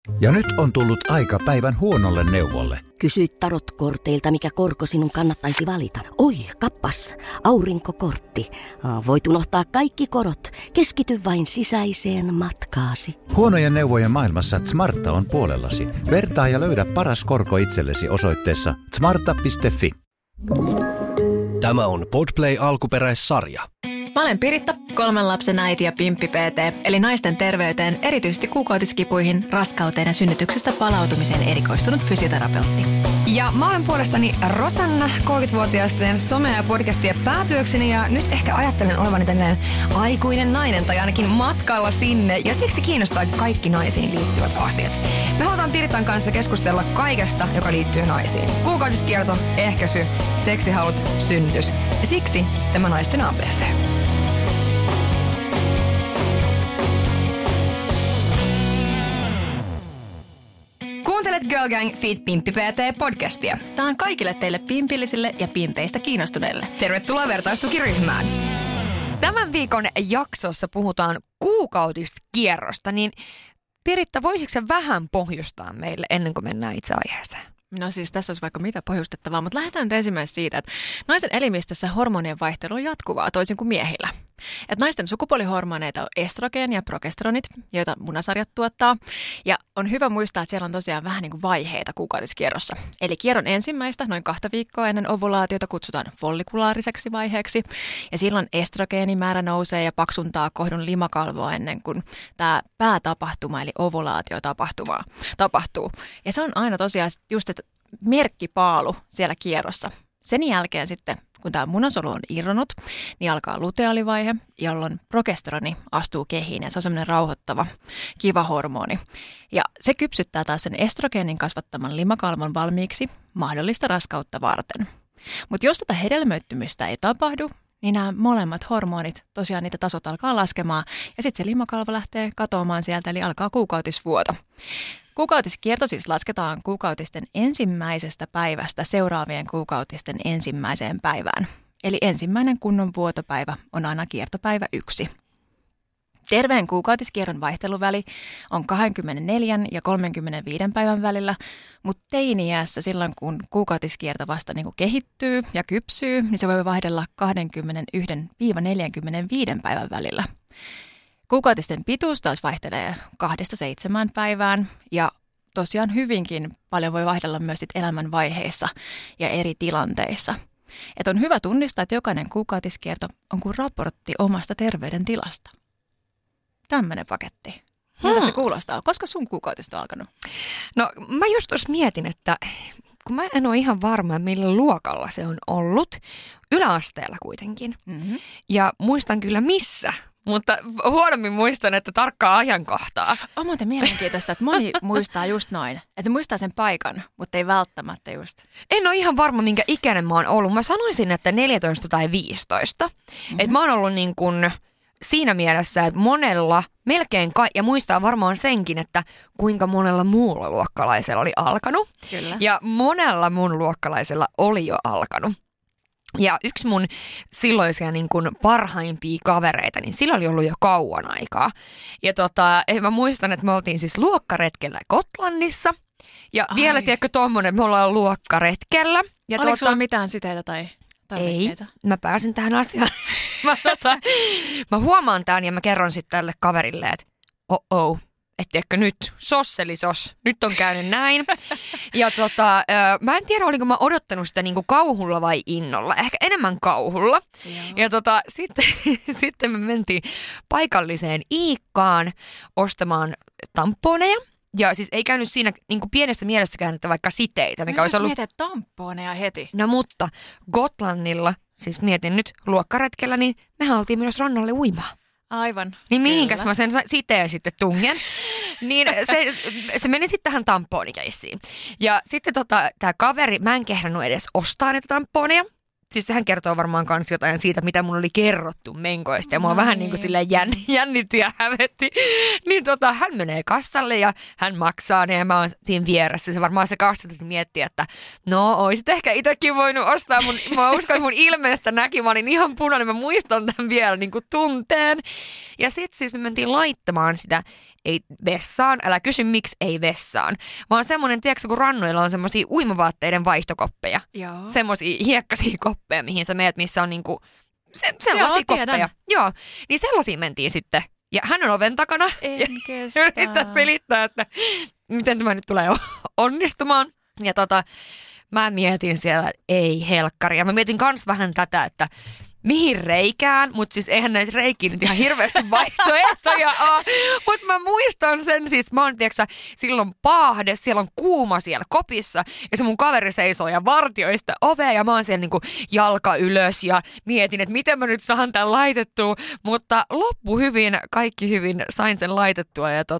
Ja nyt on tullut aika päivän huonolle neuvolle. Kysy tarotkorteilta, mikä korko sinun kannattaisi valita. Oi, kappas, aurinkokortti. Voit unohtaa kaikki korot. Keskity vain sisäiseen matkaasi. Huonojen neuvojen maailmassa Smarta on puolellasi. Vertaa ja löydä paras korko itsellesi osoitteessa smarta.fi. Tämä on Podplay alkuperäissarja. Mä olen Piritta, 3 lapsen äiti ja pimppi-PT, eli naisten terveyteen, erityisesti kuukautiskipuihin, raskauteen ja synnytyksestä palautumiseen erikoistunut fysioterapeutti. Ja mä olen puolestani Rosanna, 30-vuotiaisten some- ja podcastien päätyökseni, ja nyt ehkä ajattelen olevani tällainen aikuinen nainen tai ainakin matkalla sinne, ja siksi kiinnostaa kaikki naisiin liittyvät asiat. Me halutaan Piritan kanssa keskustella kaikesta, joka liittyy naisiin. Kuukautiskierto, ehkäisy, seksihalut, synnytys, ja siksi tämä naisten ABC. Kuuntelet Girl Gang Feet. Pimppi PT podcastia. Tämä on kaikille teille pimpillisille ja pimpeistä kiinnostuneille. Tervetuloa vertaistukiryhmään. Tämän viikon jaksossa puhutaan kuukautiskierrosta, niin Piritta, voisitko sä vähän pohjustaa meille ennen kuin mennään itse aiheeseen? No siis tässä olisi vaikka mitä pohjustettavaa, mutta lähdetään nyt ensimmäisenä siitä, että naisen elimistössä hormonien vaihtelu on jatkuvaa toisin kuin miehillä. Että naisten sukupuolihormoneita on estrogeeni ja progesteronit, joita munasarjat tuottaa. Ja on hyvä muistaa, että siellä on tosiaan vähän niin kuin vaiheita kuukautiskierrossa. Eli kierron ensimmäistä, noin 2 viikkoa ennen ovulaatiota, kutsutaan follikulaariseksi vaiheeksi. Ja silloin estrogeenimäärä nousee ja paksuntaa kohdun limakalvoa ennen kuin tämä päätapahtuma, eli ovulaatio tapahtuu. Ja se on aina tosiaan just, että merkkipaalu siellä kierrossa. Sen jälkeen sitten, kun tämä munasolu on irronnut, niin alkaa luteaalivaihe, jolloin progesteroni astuu kehiin ja se on semmoinen rauhoittava, kiva hormoni. Ja se kypsyttää taas sen estrogeenin kasvattaman limakalvon valmiiksi mahdollista raskautta varten. Mutta jos tätä hedelmöittymistä ei tapahdu, niin nämä molemmat hormonit, tosiaan niitä tasot alkaa laskemaan ja sitten se limakalvo lähtee katoamaan sieltä, eli alkaa kuukautisvuoto. Kuukautiskierto siis lasketaan kuukautisten ensimmäisestä päivästä seuraavien kuukautisten ensimmäiseen päivään. Eli ensimmäinen kunnon vuotopäivä on aina kiertopäivä 1. Terveen kuukautiskierron vaihteluväli on 24 ja 35 päivän välillä, mutta teini-iässä silloin, kun kuukautiskierto vasta niin kuin kehittyy ja kypsyy, niin se voi vaihdella 21-45 päivän välillä. Kuukautisten pituus taas vaihtelee 2-7 päivään ja tosiaan hyvinkin paljon voi vaihdella myös sit elämän vaiheissa ja eri tilanteissa. Et on hyvä tunnistaa, että jokainen kuukautiskierto on kuin raportti omasta terveydentilasta. Tämmöinen paketti. Miltä se kuulostaa? Koska sun kuukautiset on alkanut? No mä just tuossa mietin, että kun mä en ole ihan varma, millä luokalla se on ollut. Yläasteella kuitenkin. Mm-hmm. Ja muistan kyllä missä. Mutta huonommin muistan, että tarkkaa ajankohtaa. On muuten mielenkiintoista, että moni muistaa just noin. Että muistaa sen paikan, mutta ei välttämättä just. En ole ihan varma, minkä ikäinen mä oon ollut. Mä sanoisin, että 14 tai 15. Mm-hmm. Että mä oon ollut niin kuin siinä mielessä, että monella, melkein ja muistaa varmaan senkin, että kuinka monella muulla luokkalaisella oli alkanut. Kyllä. Ja monella mun luokkalaisella oli jo alkanut. Ja yksi mun silloisia niin kuin parhaimpia kavereita, niin sillä oli ollut jo kauan aikaa. Ja mä muistan, että me oltiin siis luokkaretkellä Gotlannissa. Ja vielä, tiedätkö, tommonen, me ollaan luokkaretkellä. Ja oliko sulla mitään siteitä tai tarvikkeita? Ei, mä pääsin tähän asiaan. mä huomaan tämän ja mä kerron sitten tälle kaverille, että että tiedätkö nyt, nyt on käynyt näin. Ja mä en tiedä, olinko mä odottanut sitä niinku kauhulla vai innolla. Ehkä enemmän kauhulla. Joo. Ja sitten me mentiin paikalliseen Iikkaan ostamaan tamponeja. Ja siis ei käynyt siinä niinku pienessä mielessäkään, että vaikka siteitä. Mikä olisi ollut mietit tamponeja heti. No mutta Gotlannilla, siis mietin nyt luokkaretkellä, niin mehän oltiin myös rannalle uimaan. Aivan. Niin mihinkäs mä sen siteen sitten tungen. Niin se meni sitten tähän tamponikeissiin. Ja sitten tämä kaveri, mä en kehdannut edes ostaa näitä tamponeja. Siis sehän kertoo varmaan kans jotain siitä, mitä mun oli kerrottu menkoista. Ja mua vähän niin kuin silleen jännitti ja hävetti. Niin hän menee kassalle ja hän maksaa ne ja mä oon siinä vieressä. Se varmaan se kassakin miettii, että no oisit ehkä itsekin voinut ostaa. Mä uskon, että mun ilmeestä näki. Mä olin ihan punainen. Mä muistan tämän vielä niin kuin tunteen. Ja sitten siis me mentiin laittamaan sitä ei vessaan, älä kysy miksi ei vessaan, vaan semmoinen, tiedätkö, kun rannoilla on semmoisia uimavaatteiden vaihtokoppeja. Joo. Semmoisia hiekkaisia koppeja, mihin sä meet, missä on niinku sellaisia koppeja. Joo, niin sellaisia mentiin sitten. Ja hän on oven takana. En kestä. Yritän selittää, että miten tämä nyt tulee onnistumaan. Ja mä mietin siellä, että ei helkkari. Ja mä mietin kans vähän tätä, että mihin reikään, mutta siis eihän näitä reikiä nyt ihan hirveästi vaihtoehtoja ole. Mutta mä muistan sen, siis mä oon, tiiäksä, silloin paahde, siellä on kuuma siellä kopissa ja se mun kaveri seisoo ja vartioi sitä ovea ja mä oon siellä niinku jalka ylös ja mietin, että miten mä nyt saan tämän laitettua. Mutta loppu hyvin, kaikki hyvin, sain sen laitettua ja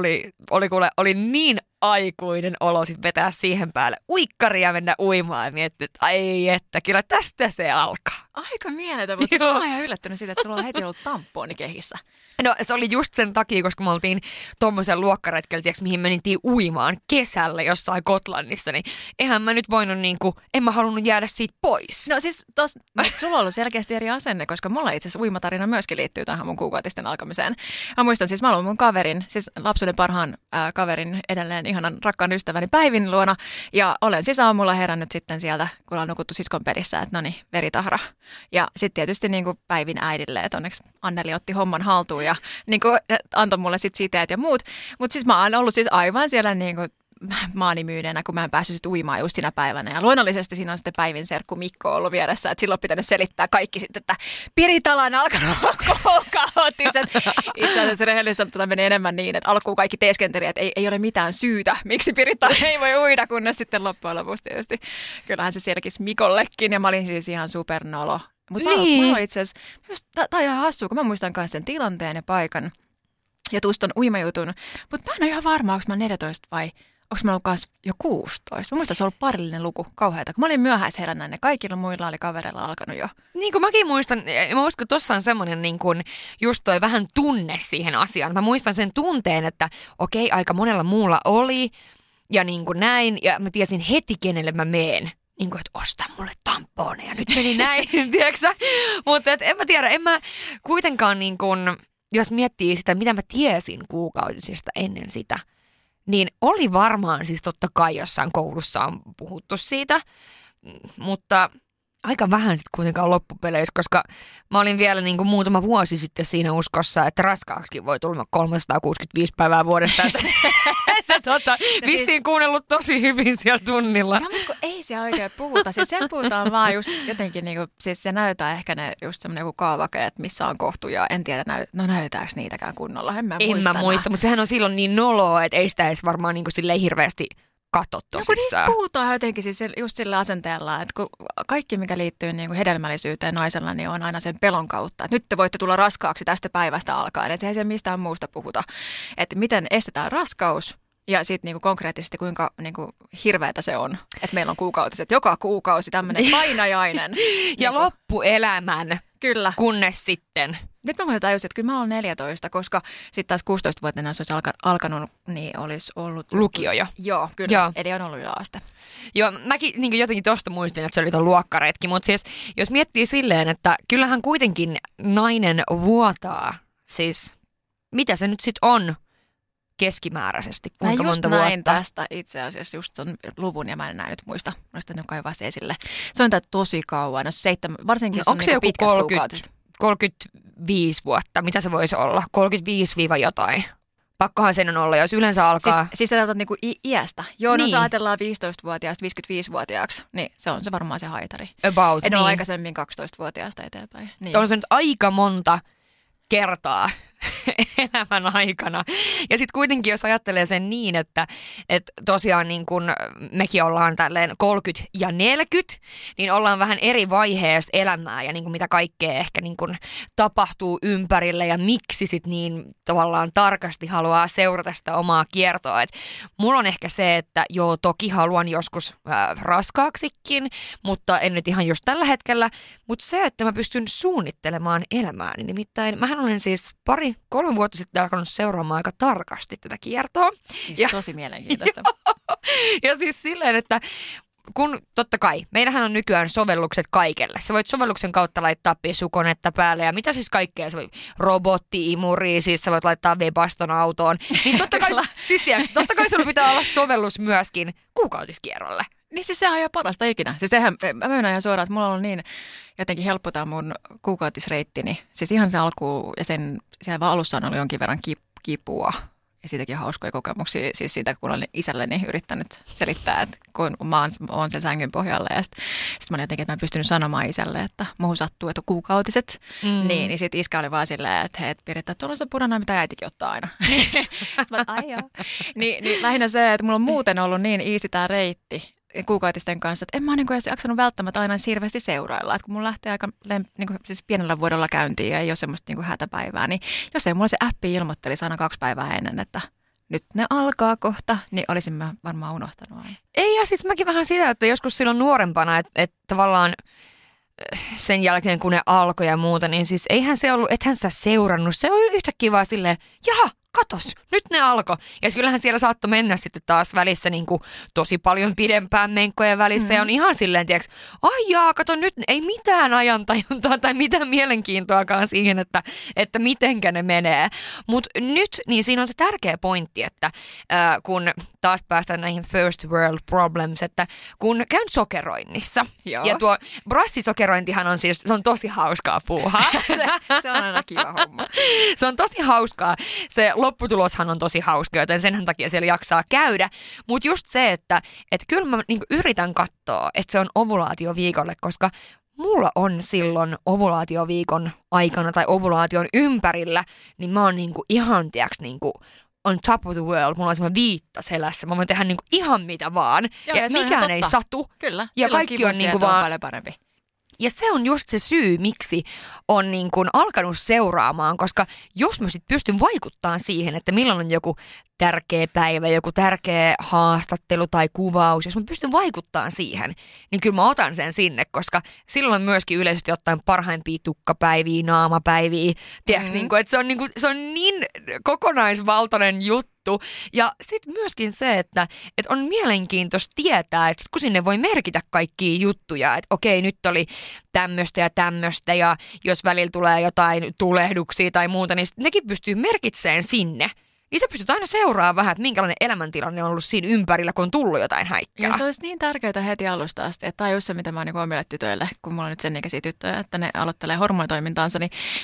oli niin aikuinen olo sit vetää siihen päälle uikkaria ja mennä uimaan ja miettiä, että ai että kyllä tästä se alkaa. Aika mieletön, mutta mä oon ihan yllättynyt siitä, että sulla on heti ollut tamponi kehissä. No se oli just sen takia, koska me oltiin tommoisen luokkaretkellä, mihin mentiin uimaan kesällä jossain Gotlannissa, niin eihän mä nyt voinut en mä halunnut jäädä siitä pois. No siis sulla on ollut selkeästi eri asenne, koska mulla itse asiassa uimatarina myöskin liittyy tähän mun kuukautisten alkamiseen. Mä muistan siis, mä olen mun kaverin, siis lapsuuden parhaan kaverin edelleen ihanan rakkaan ystäväni Päivin luona, ja olen siis aamulla herännyt sitten sieltä, kun ollaan nukuttu siskon perissä, että no niin, veritahra. Ja sitten tietysti Päivin äidille, että onneksi Anneli otti homman haltuun ja antoi mulle sitten siteet ja muut. Mutta siis mä oon ollut siis aivan siellä maanimyyneenä, kun mä en päässyt sit uimaan just sinä päivänä. Ja luonnollisesti siinä on sitten Päivin serkku Mikko ollut vieressä, että silloin pitänyt selittää kaikki sitten, että Piritala on alkanut kaoottiset. Itse asiassa rehellisesti meni enemmän niin, että alkuun kaikki teeskenteli, että ei ole mitään syytä, miksi Piritala ei voi uida, kunnes sitten loppujen lopuksi tietysti. Kyllähän se selkisi Mikollekin ja mä olin siis ihan supernolo. Mutta niin. Mä itse asiassa, tämä on ihan hassua, kun mä muistan myös sen tilanteen ja paikan ja tuuston uimajutun. Mutta mä en ole ihan varma, onko mä 14 vai onko mä ollut jo 16. Mä muistan, se on ollut parillinen luku kauheata. Kun mä olin myöhäisherännä, ne kaikilla muilla oli kavereilla alkanut jo. Niin kuin mäkin muistan, mä uskon, että tossa on semmoinen just toi vähän tunne siihen asiaan. Mä muistan sen tunteen, että okei, aika monella muulla oli ja näin. Ja mä tiesin heti, kenelle mä meen. Että osta mulle tamponeja, nyt meni näin, tiedätkö? Mutta en mä tiedä, en mä kuitenkaan jos miettii sitä, mitä mä tiesin kuukautisista ennen sitä, niin oli varmaan siis totta kai jossain koulussa on puhuttu siitä, mutta aika vähän sitten kuitenkaan loppupeleissä, koska mä olin vielä muutama vuosi sitten siinä uskossa, että raskaaksikin voi tulla 365 päivää vuodesta, että vissiin kuunnellut tosi hyvin siellä tunnilla. No, mutta ei se oikein puhuta. Siis sen puhutaan vaan just jotenkin, siis se näyttää ehkä ne just semmoinen joku kaavake, että missä on kohtuja. En tiedä, näytääkö niitäkään kunnolla. En mä muista, mutta sehän on silloin niin noloa, että ei sitä edes varmaan silleen hirveästi katso tosissaan. No kun niistä puhutaan jotenkin siis just sillä asenteella, että kun kaikki mikä liittyy hedelmällisyyteen naisella, niin on aina sen pelon kautta, että nyt te voitte tulla raskaaksi tästä päivästä alkaen. Että se ei mistään muusta puhuta. Että miten estetään raskaus ja sitten konkreettisesti kuinka hirveätä se on, että meillä on kuukautiset. Joka kuukausi tämmöinen painajainen. Ja loppuelämän. Kyllä. Kunnes sitten. Nyt mä tajusin, että kyllä mä olen 14, koska sitten taas 16-vuotiaana, jos olisi alkanut, niin olisi ollut lukio jo. Joo, kyllä. Joo. Eli on ollut yläaste. Joo, mäkin jotenkin tosta muistin, että se oli ton luokkaretki, mutta siis jos miettii silleen, että kyllähän kuitenkin nainen vuotaa, siis mitä se nyt sitten on keskimääräisesti, kuinka monta vuotta? Mä näin tästä itse asiassa just son luvun, ja mä en näin nyt muista nyt kaivaa se esille. Se on tosi kauan, varsinkin jos onko se joku pitkät kuukaudet. 35 vuotta, mitä se voisi olla? 35 jotain. Pakkohan sen on olla, jos yleensä alkaa. Siis sä otat iästä. Joo, niin. No ajatellaan 15-vuotiaasta 55-vuotiaaksi, niin se on se varmaan se haitari. About, en ole aikaisemmin 12-vuotiaasta eteenpäin. Niin. On se nyt aika monta kertaa elämän aikana. Ja sitten kuitenkin, jos ajattelee sen niin, että tosiaan niin kun mekin ollaan tälleen 30 ja 40, niin ollaan vähän eri vaiheessa elämää ja niin kun mitä kaikkea ehkä niin kun tapahtuu ympärille ja miksi sit niin tavallaan tarkasti haluaa seurata sitä omaa kiertoa. Et mulla on ehkä se, että joo, toki haluan joskus raskaaksikin, mutta en nyt ihan just tällä hetkellä. Mutta se, että mä pystyn suunnittelemaan elämääni, nimittäin mähän olen siis 3 vuotta sitten alkanut seuraamaan aika tarkasti tätä kiertoa. Siis tosi mielenkiintoista. Ja siis silleen, että kun totta kai, meillähän on nykyään sovellukset kaikelle. Sä voit sovelluksen kautta laittaa pesukonetta päälle ja mitä siis kaikkea. Se voi robotti-imuri, siis sä voit laittaa Webaston autoon. Niin totta kai sulla pitää olla sovellus myöskin kuukautiskierrolle. Niin siis sehän on ihan parasta ikinä. Siis sehän, mä myönnän ihan suoraan, että mulla on ollut niin jotenkin helppo tää mun kuukautisreittini. Siis ihan se alkuun ja sen alussa on ollut jonkin verran kipua. Ja siitäkin hauskoja kokemuksia, siis siitä kun olen isälleni yrittänyt selittää, että kun mä oon sen sängyn pohjalla. Ja sitten mä olin jotenkin, että mä en pystynyt sanomaan isälle, että muuhun sattuu, että kuukautiset. Niin sitten iskä oli vaan silleen, että hei, Piritta, tuolla on sitä puranaa, mitä äitikin ottaa aina. Sitten mä ai joo. Niin lähinnä se, että mulla on muuten ollut niin easy tää reitti kuukautisten kanssa, että en mä ole edes jaksanut välttämättä aina hirveästi seurailla. Että kun mun lähtee aika siis pienellä vuodella käyntiin ja ei ole semmoista hätäpäivää, niin jos ei mulla se appi ilmoittelisi aina 2 päivää ennen, että nyt ne alkaa kohta, niin olisin mä varmaan unohtanut aina. Ei, ja siis mäkin vähän sitä, että joskus silloin nuorempana, että tavallaan sen jälkeen kun ne alkoi ja muuta, niin siis ethän sä seurannut. Se oli yhtäkkiä vaan silleen, jaha, katos, nyt ne alkoi. Ja kyllähän siellä saattoi mennä sitten taas välissä niin kuin tosi paljon pidempään menkkojen välissä. Ja on ihan silleen, tiiäks, ai jaa, kato nyt, ei mitään ajantajuntaa tai mitään mielenkiintoakaan siihen, että mitenkä ne menee. Mutta nyt, niin siinä on se tärkeä pointti, että kun taas päästään näihin first world problems, että kun käyn sokeroinnissa, Joo. ja tuo brassisokerointihan on siis, se on tosi hauskaa puuhaa. se on aina kiva homma. Se on tosi hauskaa. Se lopputuloshan on tosi hauska, joten sen takia siellä jaksaa käydä. Mutta just se, että kyllä mä niinku yritän katsoa, että se on ovulaatioviikolle, koska mulla on silloin ovulaatioviikon aikana tai ovulaation ympärillä, niin mä oon niinku ihan niinku on top of the world. Mulla on semmoinen viitta selässä. Mä voin tehdä niinku ihan mitä vaan. Joo, ja mikään ei satu. Kyllä. Ja kaikki on niinku vaan paljon parempi. Ja se on just se syy, miksi on niin kuin alkanut seuraamaan, koska jos mä sit pystyn vaikuttamaan siihen, että milloin on joku tärkeä päivä, joku tärkeä haastattelu tai kuvaus, jos mä pystyn vaikuttamaan siihen, niin kyllä mä otan sen sinne, koska silloin on myöskin yleisesti ottaen parhaimpia tukkapäiviä, naamapäiviä, tiedätkö, niin kuin, että se on niin kokonaisvaltainen juttu. Ja sitten myöskin se, että on mielenkiintoista tietää, että kun sinne voi merkitä kaikkia juttuja, että okei, nyt oli tämmöistä ja jos välillä tulee jotain tulehduksia tai muuta, niin nekin pystyy merkitsemään sinne. Niin sä pystyt aina seuraamaan vähän, että minkälainen elämäntilanne on ollut siinä ympärillä, kun on tullut jotain häikkää. Ja se olisi niin tärkeää heti alusta asti, että tämä on just se, mitä mä oon niin omille tytöille, kun mulla on nyt sen ikäisiä tyttöjä, että ne aloittelee hormonitoimintaansa,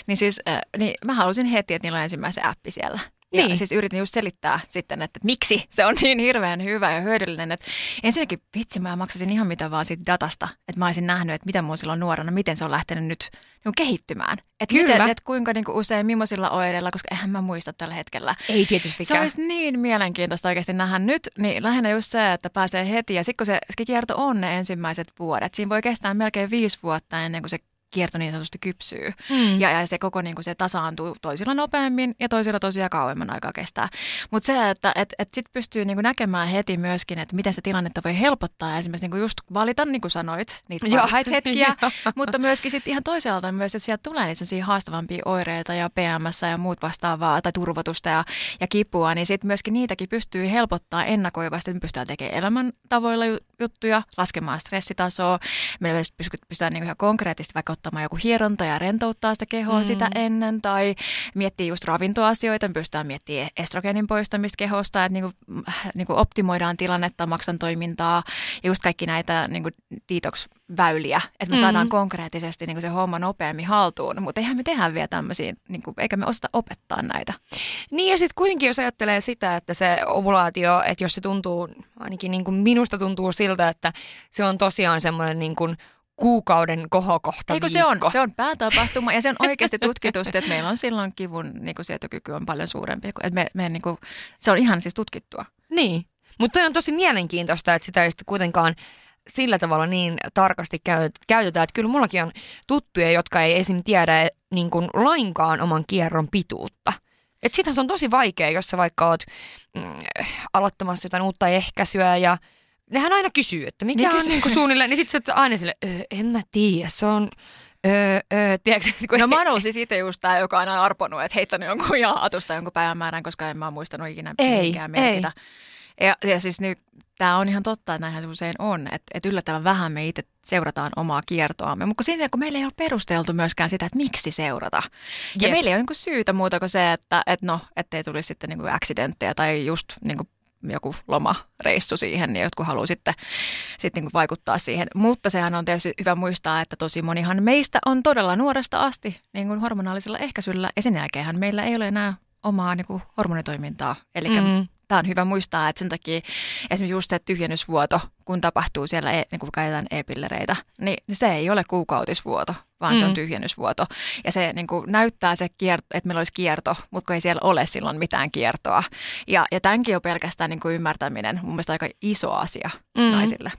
niin mä halusin heti, että niillä on ensimmäisen appi siellä. Ja niin. Siis yritin just selittää sitten, että miksi se on niin hirveän hyvä ja hyödyllinen. Että ensinnäkin vitsi, mä maksasin ihan mitä vaan siitä datasta, että mä olisin nähnyt, että mitä mun silloin nuorena, miten se on lähtenyt nyt niin kehittymään. Että kuinka niin usein, millaisilla oireilla, koska eihän mä muista tällä hetkellä. Ei tietystikään. Se olisi niin mielenkiintoista oikeasti nähdä nyt, niin lähinnä just se, että pääsee heti. Ja sitten kun se kierto on ne ensimmäiset vuodet, siinä voi kestää melkein 5 vuotta ennen kuin se kierto niin sanotusti kypsyy. Ja se koko niin kuin se tasaantuu toisilla nopeammin ja toisilla tosiaan kauemman aikaa kestää. Mutta se, että sitten pystyy niin kuin näkemään heti myöskin, että miten se tilannetta voi helpottaa. Esimerkiksi niin kuin just valita, niin kuin sanoit, niitä parhaita hetkiä. Mutta myöskin sitten ihan toisaalta myös, jos sieltä tulee niitä haastavampia oireita ja PMS ja muut vastaavaa tai turvotusta ja kipua, niin sitten myöskin niitäkin pystyy helpottaa ennakoivasti. Me pystytään tekemään elämäntavoilla juttuja, laskemaan stressitasoa. Me pystytään niin kuin ihan konkreettisesti vaikka ottamaan joku hieronta ja rentouttaa sitä kehoa sitä ennen tai miettiä just ravintoasioita, me pystytään miettimään estrogeenin poistamista kehosta, että niinku optimoidaan tilannetta, maksan toimintaa ja just kaikki näitä niinku detox-väyliä, että me saadaan konkreettisesti niinku se homma nopeammin haltuun, mutta eihän me tehdä vielä tämmöisiä, niinku, eikä me osata opettaa näitä. Niin ja sitten kuitenkin jos ajattelee sitä, että se ovulaatio, että jos se tuntuu, ainakin niin kuin minusta tuntuu siltä, että se on tosiaan semmoinen niin kuin kuukauden kohokohta viikko. Eikö se on päätapahtuma ja se on oikeasti tutkitusti, että meillä on silloin kivun niin sietokyky on paljon suurempi. Että niin kuin, se on ihan siis tutkittua. Niin, mutta toi on tosi mielenkiintoista, että sitä ei sitten kuitenkaan sillä tavalla niin tarkasti käytetään. Että kyllä mullakin on tuttuja, jotka ei esim. Tiedä niin kuin lainkaan oman kierron pituutta. Että sitähän se on tosi vaikea, jos sä vaikka oot aloittamassa jotain uutta ehkäisyä ja nehän aina kysyy, että mikä niin on niin kuin suunnilleen, niin sitten sä oot aina silleen, en mä tiedä, se on, tiedätkö? No Manu siis itse just tää, joka on aina arponut, että heittänyt jonkun jaatusta jonkun päivämäärän, koska en mä muistanut ikinä mihinkään merkitä. Ja siis nyt tämä on ihan totta, että näinhän se usein on, että yllättävän vähän me itse seurataan omaa kiertoamme, mutta siinä kun meillä ei ole perusteltu myöskään sitä, että miksi seurata. Ja meillä ei ole niin syytä muuta kuin se, että ei tulisi sitten niin accidenttejä tai just niin joku lomareissu siihen, niin jotkut haluaa sitten niin vaikuttaa siihen. Mutta sehän on tietysti hyvä muistaa, että tosi monihan meistä on todella nuoresta asti niin kuin hormonaalisella ehkäisyllä, ja sen jälkeenhän meillä ei ole enää omaa niin kuin hormonitoimintaa. Eli tämä on hyvä muistaa, että sen takia esimerkiksi just se tyhjennysvuoto, kun tapahtuu siellä, niin kun käytetään e-pillereitä, niin se ei ole kuukautisvuoto, vaan se on tyhjennysvuoto. Ja se niin kuin näyttää se kierto, että meillä olisi kierto, mutta kun ei siellä ole silloin mitään kiertoa. Ja tämänkin on pelkästään niin kuin ymmärtäminen mun mielestä aika iso asia naisille.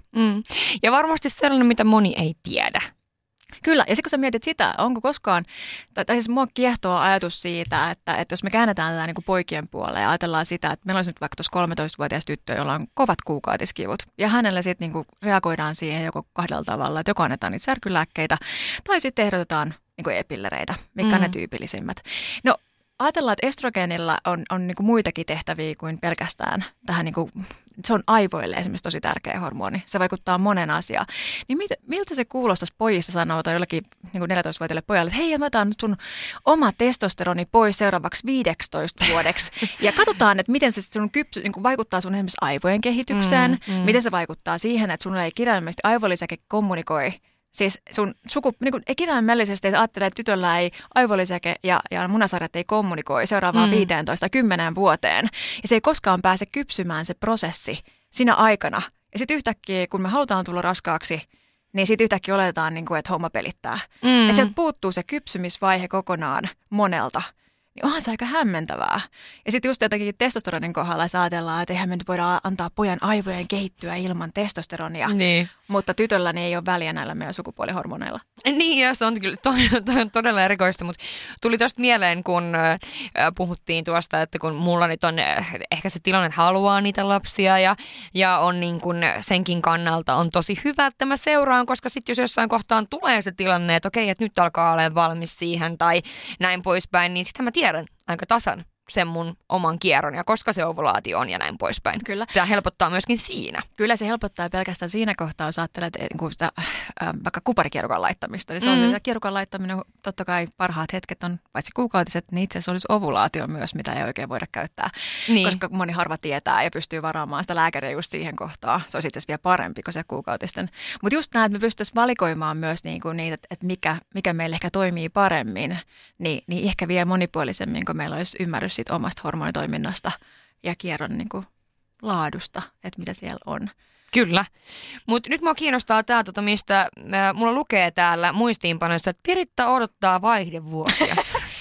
Ja varmasti sellainen, mitä moni ei tiedä. Kyllä, ja sitten kun sä mietit sitä, onko koskaan, tai siis mua kiehtoo ajatus siitä, että jos me käännetään tätä niin kuin poikien puoleen ja ajatellaan sitä, että meillä olisi nyt vaikka tuossa 13-vuotias tyttö, jolla on kovat kuukautiskivut, ja hänelle sitten niin kuin reagoidaan siihen joko kahdella tavalla, että joko annetaan niitä särkylääkkeitä, tai sitten ehdotetaan niin kuin e-pillereitä, mitkä on ne tyypillisimmät. No, ajatellaan, että estrogeenilla on niin kuin muitakin tehtäviä kuin pelkästään tähän, niin kuin, se on aivoille esimerkiksi tosi tärkeä hormoni. Se vaikuttaa monen asiaan. Niin miltä se kuulostaisi pojista sanoa tai jollakin niin 14-vuotiaille pojalle, että hei, mä otan nyt sun oma testosteroni pois seuraavaksi 15 vuodeksi. Ja katsotaan, että miten se sun niin kuin vaikuttaa sun esimerkiksi aivojen kehitykseen, miten se vaikuttaa siihen, että sun ei kirjaimellisesti aivolisäke kommunikoi. Siis sun niin kuin kirjaimellisesti ajattelee, että tytöllä ei aivolisäke ja munasarjat ei kommunikoi seuraavaan 15-10 vuoteen. Ja se ei koskaan pääse kypsymään se prosessi siinä aikana. Ja sitten yhtäkkiä, kun me halutaan tulla raskaaksi, niin sitten yhtäkkiä oletetaan, niin kuin, että homma pelittää. Että sieltä puuttuu se kypsymisvaihe kokonaan monelta. Niin onhan se aika hämmentävää. Ja sitten just jotenkin testosteronin kohdalla ajatellaan, että eihän me nyt voida antaa pojan aivojen kehittyä ilman testosteronia. Niin. Mutta tytöllä niin ei ole väliä näillä meidän sukupuolihormoneilla. Niin, ja se on kyllä toi on todella erikoista, mutta tuli tuosta mieleen, kun puhuttiin tuosta, että kun mulla nyt on ehkä se tilanne, että haluaa niitä lapsia ja on niin kuin senkin kannalta on tosi hyvä, että mä seuraan, koska sitten jos jossain kohtaan tulee se tilanne, että okei, että nyt alkaa olla valmis siihen tai näin poispäin, niin sitten mä tiedän aika tasan sen mun oman kierron ja koska se ovulaatio on ja näin poispäin. Kyllä. Se helpottaa myöskin siinä. Kyllä se helpottaa pelkästään siinä kohtaa, jos ajattelet sitä, vaikka kuparikierukan laittamista. Niin se on kierukan laittaminen, totta kai parhaat hetket on paitsi kuukautiset, niin itse asiassa olisi ovulaatio myös, mitä ei oikein voida käyttää. Niin. Koska moni harva tietää ja pystyy varaamaan sitä lääkäriä just siihen kohtaan. Se olisi itse asiassa vielä parempi kuin se kuukautisten. Mutta just näin, että me pystyisimme valikoimaan myös niitä, että mikä meille ehkä toimii paremmin, niin ehkä vielä monipuolisemmin, kun meillä olisi ymmärrys siitä omasta hormonitoiminnasta ja kierron niin kuin laadusta, että mitä siellä on. Kyllä. Mutta nyt mua kiinnostaa tämä, mistä mulla lukee täällä muistiinpanoissa, että Piritta odottaa vaihdevuosia.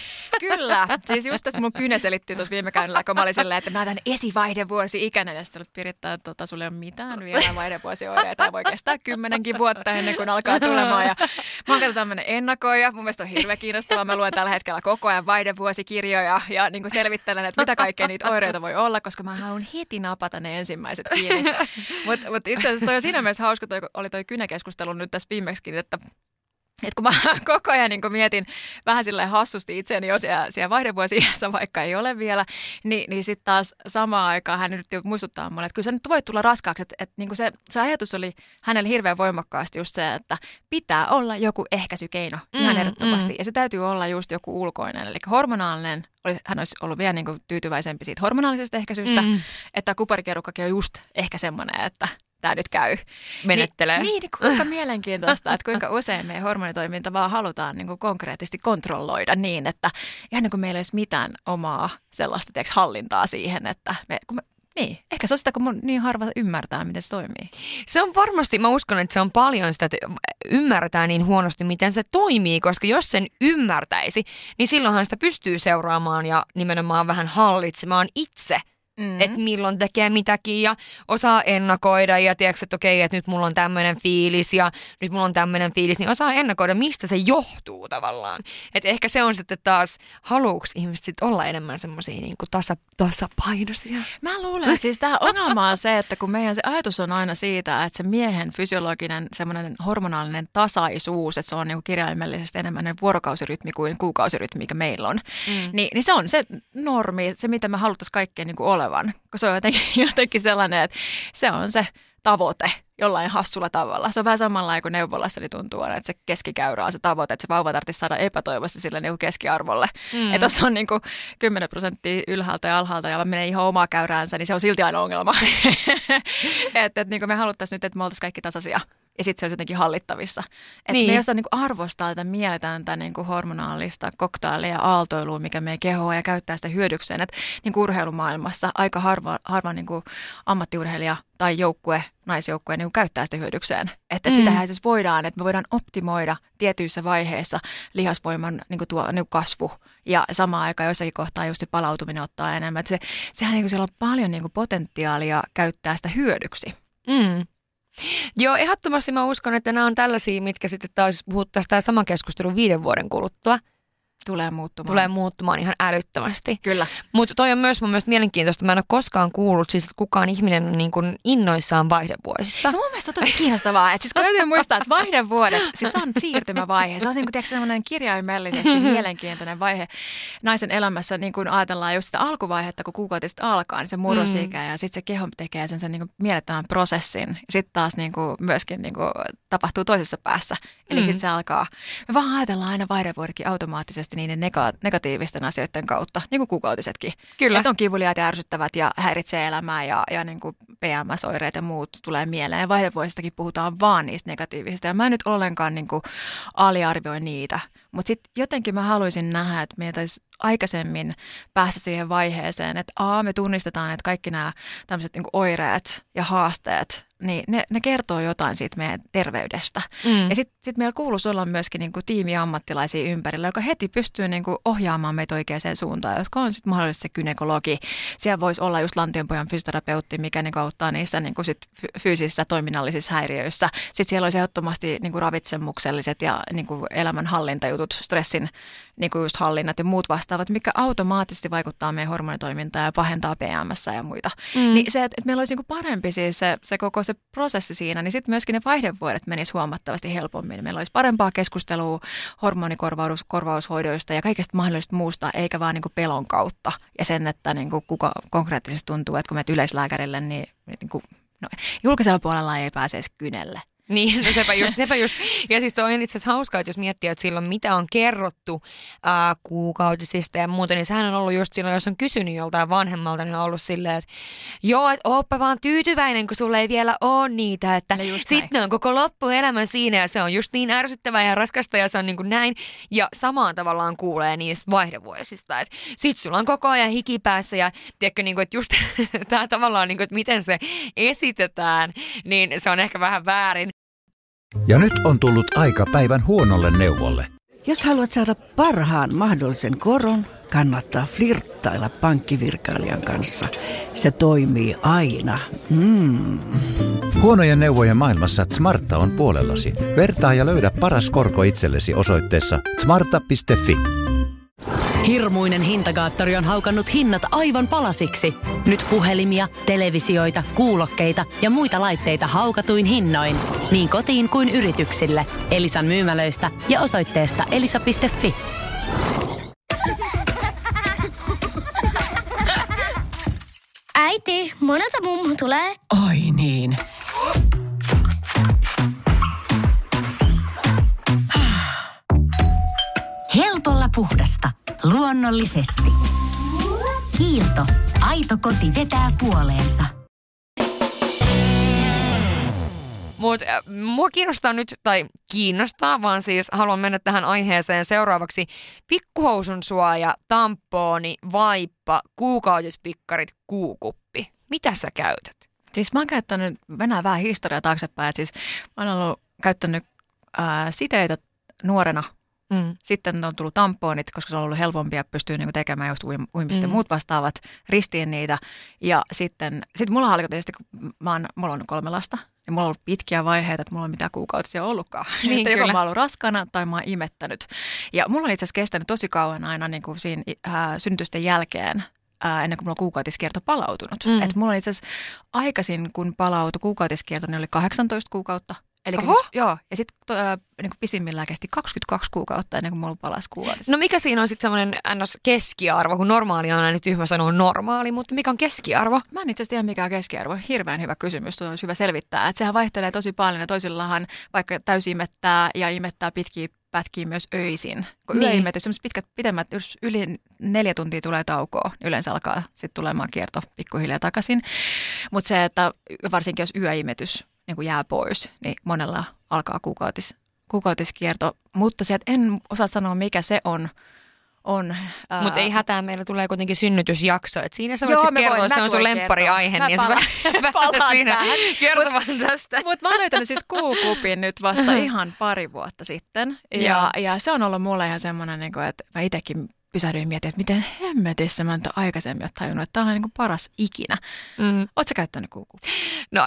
Kyllä. Siis just tässä mun kynä selitti tuossa viime käynnillä, kun mä olin silleen, että mä otan esivaihdevuosi-ikäinen. Ja sitten olet Piritta, että sulla ei ole mitään vielä vaihdevuosioireita. Tämä voi kestää 10 vuotta ennen kuin alkaa tulemaan. Ja mä oon katsonut tämmöinen ennakoija. Mun mielestä on hirveän kiinnostavaa. Mä luen tällä hetkellä koko ajan vaihdevuosikirjoja ja niin kuin selvittelen, että mitä kaikkea niitä oireita voi olla, koska mä haluan heti napata ne ensimmäiset kiinni. Mutta itse asiassa toi on siinä mielessä hauska, oli toi kynäkeskustelu nyt tässä viimeksikin, että kun mä koko ajan niin kun mietin vähän silleen hassusti itseäni jo siellä vaihdevuosi-iässä, vaikka ei ole vielä, niin sitten taas samaan aikaan hän nyt muistuttaa mulle, että kyllä sä nyt voit tulla raskaaksi. Että niin se ajatus oli hänelle hirveän voimakkaasti just se, että pitää olla joku ehkäisykeino ihan ehdottomasti. Ja se täytyy olla just joku ulkoinen, eli hormonaalinen. Hän olisi ollut vielä niin kuin tyytyväisempi siitä hormonaalisesta ehkäisystä, että kuparikierukkakin on just ehkä semmoinen, että tämä nyt käy. Menettelee. Niin kuinka mielenkiintoista, että kuinka usein meidän hormonitoiminta vaan halutaan niin kuin konkreettisesti kontrolloida niin, että ihan niin kuin meillä ei olisi mitään omaa sellaista hallintaa siihen, että niin, ehkä se on sitä, kun mun niin harva ymmärtää, miten se toimii. Se on varmasti, mä uskon, että se on paljon sitä, että ymmärretään niin huonosti, miten se toimii, koska jos sen ymmärtäisi, niin silloinhan sitä pystyy seuraamaan ja nimenomaan vähän hallitsemaan itse. Että milloin tekee mitäkin ja osaa ennakoida ja tiedätkö, että okei, että nyt mulla on tämmöinen fiilis ja nyt mulla on tämmöinen fiilis, niin osaa ennakoida, mistä se johtuu tavallaan. Että ehkä se on sitten taas, haluuks ihmiset sitten olla enemmän semmoisia niin kuin tasapainoisia? Mä luulen, että siis tämä ongelma on se, että kun meidän se ajatus on aina siitä, että se miehen fysiologinen semmoinen hormonaalinen tasaisuus, että se on niin kuin kirjaimellisesti enemmän vuorokausirytmi kuin kuukausirytmi, mikä meillä on, niin se on se normi, se mitä me haluttaisiin kaikkea niin kuin olla. olevan, kun se on jotenkin sellainen, että se on se tavoite jollain hassulla tavalla. Se on vähän samanlainen kuin neuvolassa, niin tuntuu, että se keskikäyrä on se tavoite, että se vauva tarvitsisi saada epätoivoisesti sille niin kuin keskiarvolle. Että jos on niin kuin 10% ylhäältä ja alhaalta ja menee ihan omaa käyräänsä, niin se on silti aina ongelma. että niin kuin me haluttaisiin nyt, että me oltaisiin kaikki tasaisia. Ja sitten se olisi jotenkin hallittavissa. Että me jostain niin arvostaa tai mielletään tätä niin hormonaalista koktailia ja aaltoilua, mikä meidän kehoa ja käyttää sitä hyödykseen. Että niin urheilumaailmassa aika harva niin ammattiurheilija tai joukkue, naisjoukkue niin käyttää sitä hyödykseen. Että sitähän siis voidaan, että me voidaan optimoida tietyissä vaiheissa lihasvoiman niin kasvu ja samaan aikaan jossakin kohtaa just se palautuminen ottaa enemmän. Että sehän niin siellä on paljon niin potentiaalia käyttää sitä hyödyksi. Joo, ehdottomasti mä uskon, että nämä on tällaisia, mitkä sitten taas puhuttaisiin tämä sama keskustelu 5 vuoden kuluttua. Tulee muuttumaan ihan älyttömästi. Kyllä. Mutta toi on myös mun mielestä mielenkiintoista. Mä en ole koskaan kuullut, siis, että kukaan ihminen on niin kuin innoissaan vaihdevuosista. No mun mielestä on tosi kiinnostavaa. Että siis kun täytyy muistaa, että vaihdevuodet, siis on siirtymävaihe. Se on niin sellainen kirjaimellisesti mielenkiintoinen vaihe naisen elämässä. Niin kun ajatellaan just sitä alkuvaihetta, kun kuukautista alkaa, niin se murrosikä ja sitten se keho tekee sen niin kuin mielettömän prosessin. Ja sitten taas niin kuin myöskin niin kuin tapahtuu toisessa päässä. Eli sitten se alkaa. Me vaan ajatellaan aina vaihdevuodetkin automaattisesti niiden negatiivisten asioiden kautta, niin kuin kuukautisetkin. Kyllä. Että on kivuliaat ja ärsyttävät ja häiritsee elämää ja niin kuin PMS-oireet ja muut tulee mieleen. Ja vaihdevuosistakin puhutaan vaan niistä negatiivisista. Ja mä en nyt ollenkaan niin kuin aliarvioi niitä. Mutta sitten jotenkin mä haluaisin nähdä, että meidän taisi aikaisemmin päästä siihen vaiheeseen, että me tunnistetaan, että kaikki nämä tämmöiset niin kuin oireet ja haasteet, niin ne kertoo jotain siitä meidän terveydestä. Ja sitten meillä kuuluisi olla myöskin niin kuin tiimiammattilaisia ympärillä, joka heti pystyy niin kuin ohjaamaan meitä oikeaan suuntaan, jotka on sitten mahdollisesti se gynekologi. Siellä voisi olla just lantionpojan fysioterapeutti, mikä niin kuin auttaa niissä niin kuin sit fyysisissä toiminnallisissa häiriöissä. Sitten siellä olisi ehdottomasti niin kuin ravitsemukselliset ja niin kuin elämänhallintajutut, stressin niin kuin just hallinnat ja muut vastaavat, mikä automaattisesti vaikuttaa meidän hormonitoimintaan ja pahentaa PMS ja muita. Niin se, että meillä olisi niin kuin parempi siis se koko se prosessi siinä, niin sitten myöskin ne vaihdevuodet menisi huomattavasti helpommin. Meillä olisi parempaa keskustelua hormonikorvaushoidoista ja kaikesta mahdollisesta muusta, eikä vaan niin kuin pelon kautta. Ja sen, että niin kuin kuka konkreettisesti tuntuu, että kun menet yleislääkärille, niin kuin, julkisella puolella ei pääse edes kynelle. Niin, no sepä just. Ja siis on itse asiassa hauskaa, että jos miettii, että silloin mitä on kerrottu kuukautisista ja muuta, niin sehän on ollut just silloin, jos on kysynyt joltain vanhemmalta, niin on ollut silleen, että joo, että ooppa vaan tyytyväinen, kun sulla ei vielä ole niitä, että sitten on koko loppuelämän siinä ja se on just niin ärsyttävää ja raskasta ja se on niin kuin näin. Ja samaan tavallaan kuulee niistä vaihdevuosista, että sit sulla on koko ajan hiki päässä ja tiedätkö, niin kuin, että just tämä tavallaan, niin kuin, että miten se esitetään, niin se on ehkä vähän väärin. Ja nyt on tullut aika päivän huonolle neuvolle. Jos haluat saada parhaan mahdollisen koron, kannattaa flirttailla pankkivirkailijan kanssa. Se toimii aina. Huonojen neuvojen maailmassa Smarta on puolellasi. Vertaa ja löydä paras korko itsellesi osoitteessa smarta.fi. Hirmuinen hintakaattori on haukannut hinnat aivan palasiksi. Nyt puhelimia, televisioita, kuulokkeita ja muita laitteita haukatuin hinnoin. Niin kotiin kuin yrityksille. Elisan myymälöistä ja osoitteesta elisa.fi. Äiti, monelta mummu tulee? Oi niin. Helpolla puhdasta. Luonnollisesti. Kiilto. Aito koti vetää puoleensa. Mutta mua kiinnostaa nyt, tai kiinnostaa, vaan siis haluan mennä tähän aiheeseen seuraavaksi. Pikkuhousun suoja, tamponi, vaippa, kuukautispikkarit, kuukuppi. Mitä sä käytät? Siis mä oon käyttänyt, mennään vähän historiaa taaksepäin, että siis mä oon ollut käyttänyt siteitä nuorena. Sitten on tullut tamponit, koska se on ollut helpompia pystyä niinku tekemään just uimista ja muut vastaavat, ristiin niitä. Ja sitten mulla oli tietysti, kun mulla on 3 lasta, ja mulla on ollut pitkiä vaiheita, että mulla ei ole mitään kuukautisia ollutkaan. Niin, joko mä oon ollut raskaana tai mä oon imettänyt. Ja mulla on itse asiassa kestänyt tosi kauan aina niin kuin siinä synnytysten jälkeen, ennen kuin mulla on kuukautiskierto palautunut. Et mulla on itse asiassa aikaisin, kun palautui kuukautiskierto, niin oli 18 kuukautta. Eli siis, joo, ja sitten niin pisimmillään kesti 22 kuukautta ennen kuin mulla palasi kuukaudessa. No mikä siinä on sitten semmoinen keskiarvo, kun normaali on aina tyhmä sanoa normaali, mutta mikä on keskiarvo? Mä en itse asiassa tiedä, mikä on keskiarvo. Hirveän hyvä kysymys, tuo olisi hyvä selvittää. Että sehän vaihtelee tosi paljon ja toisillahan vaikka täysi imettää ja imettää pitkiä pätkiä myös öisin. Kun yöimetys, sellaiset pitemmät, jos yli 4 tuntia tulee taukoa, niin yleensä alkaa sitten tulemaan kierto pikkuhiljaa takaisin. Mutta se, että varsinkin jos yöimetys niin kun jää pois, niin monella alkaa kuukautiskierto. Mutta sieltä en osaa sanoa, mikä se on. Mutta ei hätää, meillä tulee kuitenkin synnytysjakso. Et siinä sä voit sitten kertoa, se on sun lemppariaihe, niin sä pääset siinä kertomaan tästä. Mutta mä oon löytänyt siis kuukupin nyt vasta ihan pari vuotta sitten. Ja se on ollut mulle ihan semmoinen, että mä itsekin pysähdyin miettimään, että miten hemmetissä mä en aikaisemmin ole tajunnut, että tämä on niin paras ikinä. Ootko sä käyttänyt kuukupia? No,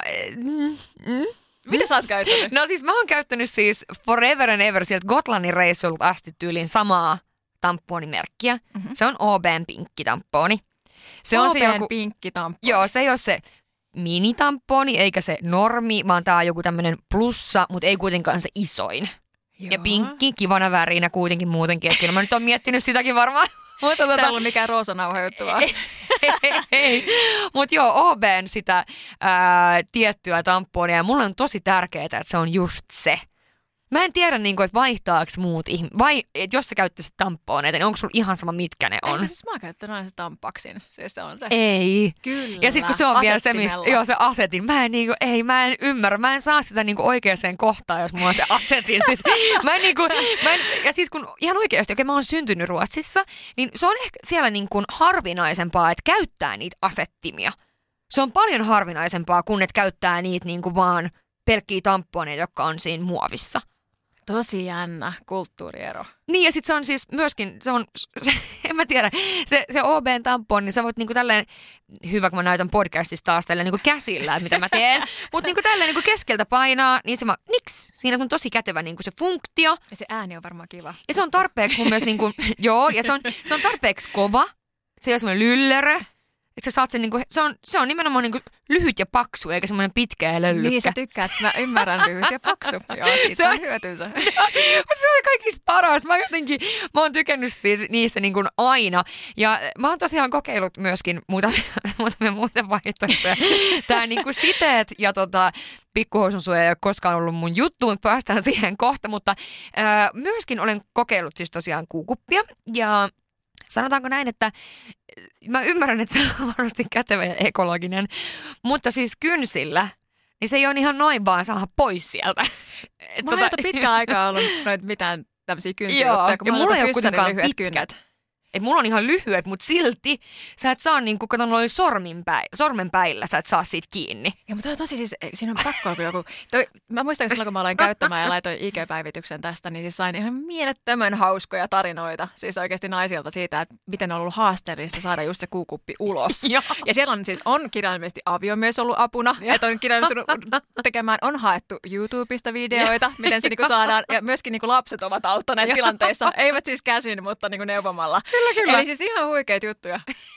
mitä sä oot käyttänyt? No siis mä oon käyttänyt siis forever and ever sieltä Gotlannin reissulta asti tyyliin samaa tamponimerkkiä. Se on OB:n pinkki tamponi. Se on OB:n pinkki tamponi. Joo, se ei ole se minitamponi eikä se normi, vaan tää on joku tämmönen plussa, mutta ei kuitenkaan se isoin. Joo. Ja pinkki, kivana värinä kuitenkin muutenkin. Että kyllä mä nyt oon miettinyt sitäkin varmaan. Tää ei ollut mikään roosanauha juttu vaan. Ei. Mutta joo, OB:n sitä tiettyä tamponia. Ja mulle on tosi tärkeää, että se on just se. Mä en tiedä, että vaihtaako muut ihmiset, vai että jos sä käyttäisit tamponeita, niin onko sulla ihan sama, mitkä ne on? Ei, siis mä oon käyttänyt aina se tampaksin. Siis se on se. Ei. Kyllä. Ja sit kun se on vielä se, se asetin. Mä en ymmärrä. Mä en saa sitä oikeaan kohtaan, jos mulla on se asetin. Siis, ja siis kun ihan oikeasti, mä oon syntynyt Ruotsissa, niin se on ehkä siellä harvinaisempaa, että käyttää niitä asettimia. Se on paljon harvinaisempaa, kun et käyttää niitä vaan pelkkiä tamponeita, jotka on siinä muovissa. Tosi jännä kulttuuriero. Niin ja sit se on siis myöskin, en mä tiedä, se OB:n tampon, niin sä voit tälleen, hyvä kun mä näytän podcastista taas tälleen käsillä, että mitä mä teen, mutta tälleen keskeltä painaa, niin se niks, siinä on tosi kätevä se funktio. Ja se ääni on varmaan kiva. Ja se on tarpeeksi mun mielestä, joo, ja se on tarpeeksi kova, se ei ole semmoinen lyllerö. Että sä saat sen se on nimenomaan lyhyt ja paksu, eikä semmoinen pitkä ja löllykkä. Niin sä tykkäät, mä ymmärrän lyhyt ja paksu. Joo, siitä on hyötynsä. Mutta se on kaikista paras. Mä oon tykännyt niistä aina. Ja mä oon tosiaan kokeillut myöskin muutamia muita vaihtoehtoja. Tää siteet ja pikkuhousun suoja ei ole koskaan ollut mun juttu, mutta päästään siihen kohta. Mutta myöskin olen kokeillut siis tosiaan kuukuppia ja sanotaanko näin, että mä ymmärrän, että se on varmasti kätevä ja ekologinen, mutta siis kynsillä, niin se ei ole ihan noin vaan saada pois sieltä. Mä oon pitkään aikaa ollut mitään tämmöisiä kynsiä, kun mulla ei ole kuitenkaan lyhyet pitkät. kynnet. Että mulla on ihan lyhyet, mutta silti sä et saa kato noin sormenpäillä, sä et saa siitä kiinni. Ja mutta tosi siis, siinä on pakko olla joku. Mä muistan, silloin kun mä aloin käyttämään ja laitoin IG-päivityksen tästä, niin siis sain ihan mielettömän hauskoja tarinoita. Siis oikeasti naisilta siitä, että miten on ollut haasteellista saada just se kuukuppi ulos. Ja siellä on kirjaimellisesti aviomies ollut apuna, että on kirjaimellisesti tekemään, on haettu YouTubesta videoita, miten se saadaan. Ja myöskin lapset ovat auttaneet tilanteissa, eivät siis käsin, mutta neuvomalla. Kyllä. Eli siis ihan huikeita juttuja.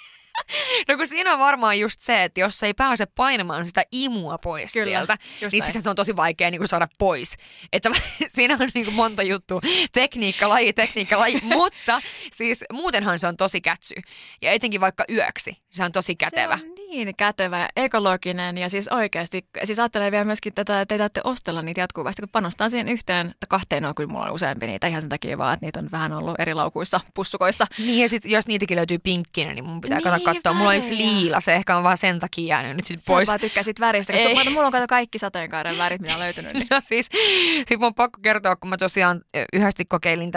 No kun siinä on varmaan just se, että jos ei pääse painamaan sitä imua pois sieltä, niin sitten se on tosi vaikea saada pois. Että siinä on monta juttua. Tekniikka, laji, mutta siis muutenhan se on tosi kätsy. Ja etenkin vaikka yöksi, se on tosi kätevä. Se on niin kätevä ja ekologinen ja siis oikeasti, siis ajattelee vielä myöskin tätä, että te täytyy ostella niitä jatkuvasti, kun panostaa siihen 1 tai 2, on kyllä mulla on useampi niitä ihan sen takia vaan, että niitä on vähän ollut eri laukuissa, pussukoissa. Niin ja sitten jos niitäkin löytyy pinkkinä, niin mun pitää katsoa. Mulla on yksi liila, se ehkä on vaan sen takia jäänyt nyt pois. Sä vaan tykkäsit väristä, koska mulla on kaikki sateenkaaren värit, mitä on löytynyt. Niin. No siis mun on pakko kertoa, kun mä tosiaan yhdesti kokeilin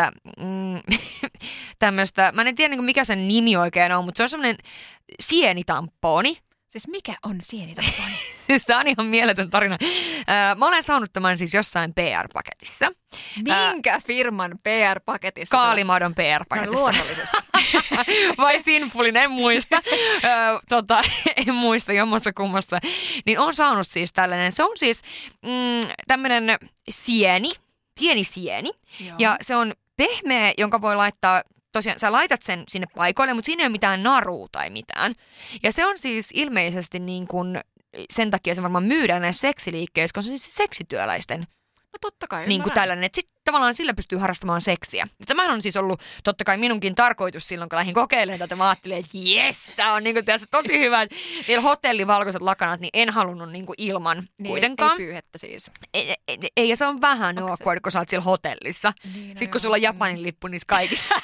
tämmöistä, mä en tiedä mikä sen nimi oikein on, mutta se on semmoinen sienitamponi. Siis mikä on sienitamponi? Siis tämä on ihan mieletön tarina. Mä olen saanut tämän siis jossain PR-paketissa. Minkä firman PR-paketissa? Kaalimadon PR-paketissa. No, luonnollisesti. Vai Sinfulin, en muista. En muista jommassa kummassa. Niin on saanut siis tällainen. Se on siis tämmöinen sieni, pieni sieni. Joo. Ja se on pehmeä, jonka voi laittaa. Tosiaan sä laitat sen sinne paikoille, mutta siinä ei ole mitään narua tai mitään. Ja se on siis ilmeisesti sen takia se varmaan myydään näissä seksiliikkeissä, koska se on siis seksityöläisten. No totta kai, niin kuin tällainen, että sitten tavallaan sillä pystyy harrastamaan seksiä. Ja tämähän on siis ollut totta kai minunkin tarkoitus silloin, kun lähdin kokeilemaan tätä. Mä ajattelin, että jes, tää on niinku tässä tosi hyvä. Että niillä hotellivalkoiset lakanat, niin en halunnut niinku ilman niin, kuitenkaan. Ei pyyhettä siis. Ei, ja se on vähän awkward, kun sä oot siellä hotellissa. Niin, sitten kun sulla on Japanin lippu niissä kaikissa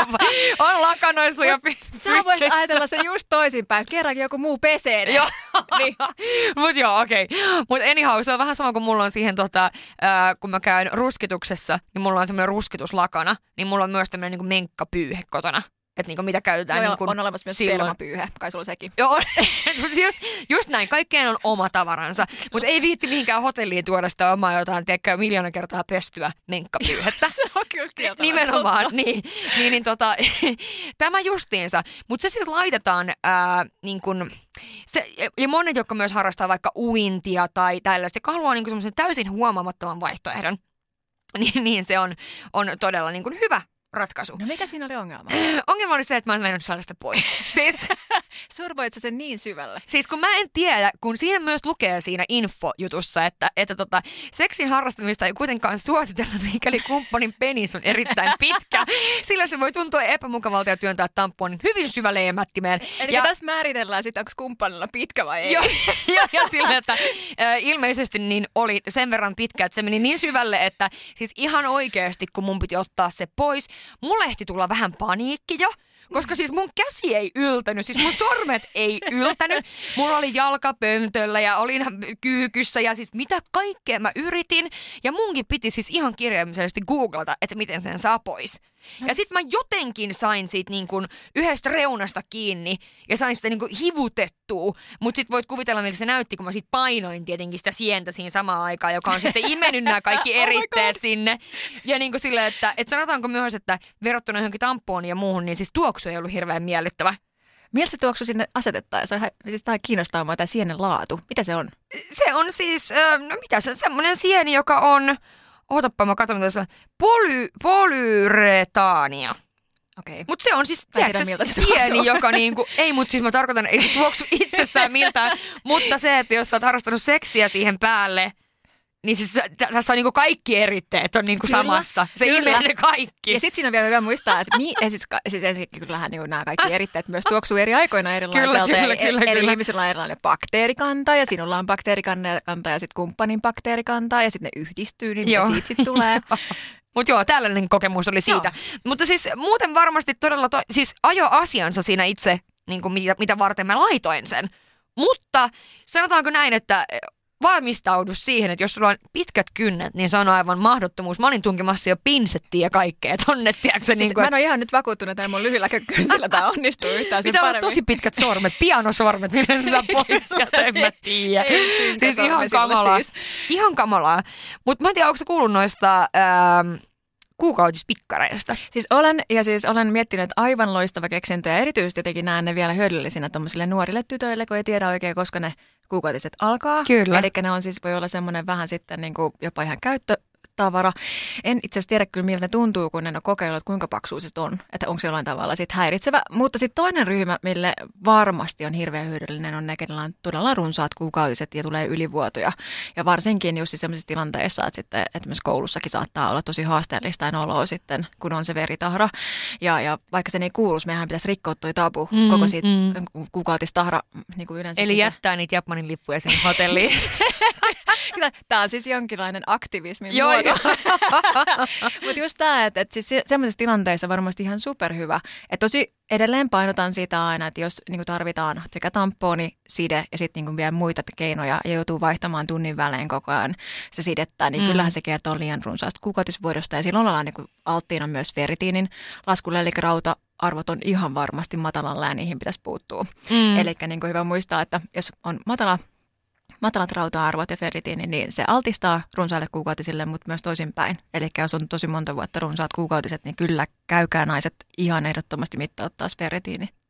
on lakanoissa ja sä voisit ajatella se just toisinpäin, että kerrankin joku muu pesee ne. Joo, niin. Mut joo, okei. Mut anyhow, se on vähän sama kuin mulla on siihen kun mä käyn ruskituksessa, niin mulla on semmoinen ruskituslakana, niin mulla on myös tämmöinen niin menkkapyyhe kotona. Että niin mitä käytetään. No, niin on olemassa myös spermapyyhe, kai sulla sekin. Joo, just näin. Kaikkeen on oma tavaransa. Mutta ei viitti mihinkään hotelliin tuoda sitä omaa jotain, tiedätkö, 1,000,000 kertaa pestyä menkkapyyhettä. Se on kyllä kieltävä. Nimenomaan, niin, tämä justiinsa. Mutta se siis laitetaan niin kuin, ja monet, jotka myös harrastaa vaikka uintia tai tällaista, joka haluaa niin semmoisen täysin huomaamattoman vaihtoehdon, niin se on todella niin kuin hyvä ratkaisu. No mikä siinä oli ongelma? Ongelma oli se, että mä en mennyt sellaista pois. Siis, survoit sä sen niin syvälle? Siis kun mä en tiedä, kun siinä myös lukee siinä infojutussa, että seksin harrastamista ei kuitenkaan suositella, mikäli kumppanin penis on erittäin pitkä, sillä se voi tuntua epämukavalta ja työntää tamponin hyvin syvälle emättimeen. Eli tässä määritellään sitten, onko kumppanilla pitkä vai ei. Ja sillä, että ilmeisesti niin oli sen verran pitkä, että se meni niin syvälle, että siis ihan oikeasti, kun mun piti ottaa se pois, mulle ehti tulla vähän paniikki jo, koska siis mun käsi ei yltänyt, siis mun sormet ei yltänyt. Mulla oli jalkapöntöllä ja olin kyykyssä ja siis mitä kaikkea mä yritin. Ja munkin piti siis ihan kirjaimellisesti googlata, että miten sen saa pois. Ja sit mä jotenkin sain siitä niin kuin yhdestä reunasta kiinni ja sain sitä niin kuin hivutettua. Mut sit voit kuvitella, miltä se näytti, kun mä sit painoin tietenkin sitä sientä siinä samaan aikaan, joka on sitten imennyt nämä kaikki eritteet sinne. Ja niin kuin silleen, että sanotaanko myös, että verrattuna johonkin tamponiin ja muuhun, niin siis tuoksu ei ollut hirveän miellyttävä. Miltä se tuoksu sinne asetettaisiin? Siis tämä kiinnostaa mua, tämä sienen laatu. Mitä se on? Se on siis, no mitä se on, semmoinen sieni, joka on... Ootappa, mä katson tässä. Polyretaania. Okei. Mut se on siis, tiedätkö, sieni, joka niinku, ei mut siis mä tarkoitan, ei se tuoksu itsessään miltään, mutta se, että jos sä oot harrastanut seksiä siihen päälle, niin siis tässä on niinku kaikki eritteet on niinku samassa. Se imee ne kaikki. Ja sit siinä on vielä hyvä muistaa, että kyllähän niinku nämä kaikki eritteet myös tuoksuu eri aikoina erilaiselta. Kyllä. Eri ihmisillä on erilainen bakteerikanta ja sinulla on bakteerikanta ja sitten kumppanin bakteerikanta ja sitten ne yhdistyy, niin mitä siitä sitten tulee. Mutta joo, tällainen kokemus oli siitä. Joo. Mutta siis muuten varmasti todella, siis ajo asiansa siinä itse, niin kuin mitä varten mä laitoin sen. Mutta sanotaanko näin, että valmistaudu siihen, että jos sulla on pitkät kynnet, niin se on aivan mahdottomuus. Mä olin tunkimassa jo pinsettiä ja kaikkea tonne, tiedätkö siis niin kuin, mä en ole ihan nyt vakuuttunut, että mun lyhyillä kynsillä tää onnistuu yhtään sen paremmin. paremmin. Pitää olla tosi pitkät sormet, pianosormet, millä ne saa pois sieltä, en mä tiedä. Siis ihan kamalaa. Siis. Ihan kamalaa. Mutta mä en tiedä, onko sä kuullut noista kuukautispikkareista? Siis olen miettinyt aivan loistava keksintö ja erityisesti jotenkin näen ne vielä hyödyllisinä tommosille nuorille tytöille, kun ei tiedä oikein, koska ne kuukautiset alkaa. Kyllä. Eli ne on siis, voi olla semmoinen vähän sitten niin kuin jopa ihan käyttötavara. En itse asiassa tiedä kyllä, miltä ne tuntuu, kun en ole kokeillut, kuinka paksua se on. Että onko se jollain tavalla sit häiritsevä. Mutta sitten toinen ryhmä, mille varmasti on hirveän hyödyllinen, on ne, kenellä on todella runsaat kuukautiset ja tulee ylivuotoja. Ja varsinkin just sellaisissa tilanteissa, että sitten että myös koulussakin saattaa olla tosi haasteellista oloa sitten, kun on se veritahra. Ja vaikka sen ei kuuluisi, meidän pitäisi rikkoa toi tabu koko siitä kuukautistahra niin kuin yleensä. Eli jättää niitä Japanin lippuja sinne hotelliin. Tämä on siis jonkinlainen aktivismin muoto. Mutta just tämä, että siis semmoisessa tilanteessa varmasti ihan superhyvä. Että tosi edelleen painotan sitä aina, että jos niin tarvitaan sekä tamponi, side ja sitten niin vielä muita keinoja ja joutuu vaihtamaan tunnin välein koko ajan se sidettä, niin kyllähän se kertoo liian runsaasta kuukautisvuodosta. Ja silloin ollaan niin alttiina myös ferritiinin laskulle, eli rauta-arvot on ihan varmasti matalalla ja niihin pitäisi puuttua. Eli niin hyvä muistaa, että jos on matalat rauta-arvot ja ferritiini, niin se altistaa runsaille kuukautisille, mutta myös toisinpäin. Eli jos on tosi monta vuotta runsaat kuukautiset, niin kyllä käykää naiset ihan ehdottomasti mittauttaa ferritiini.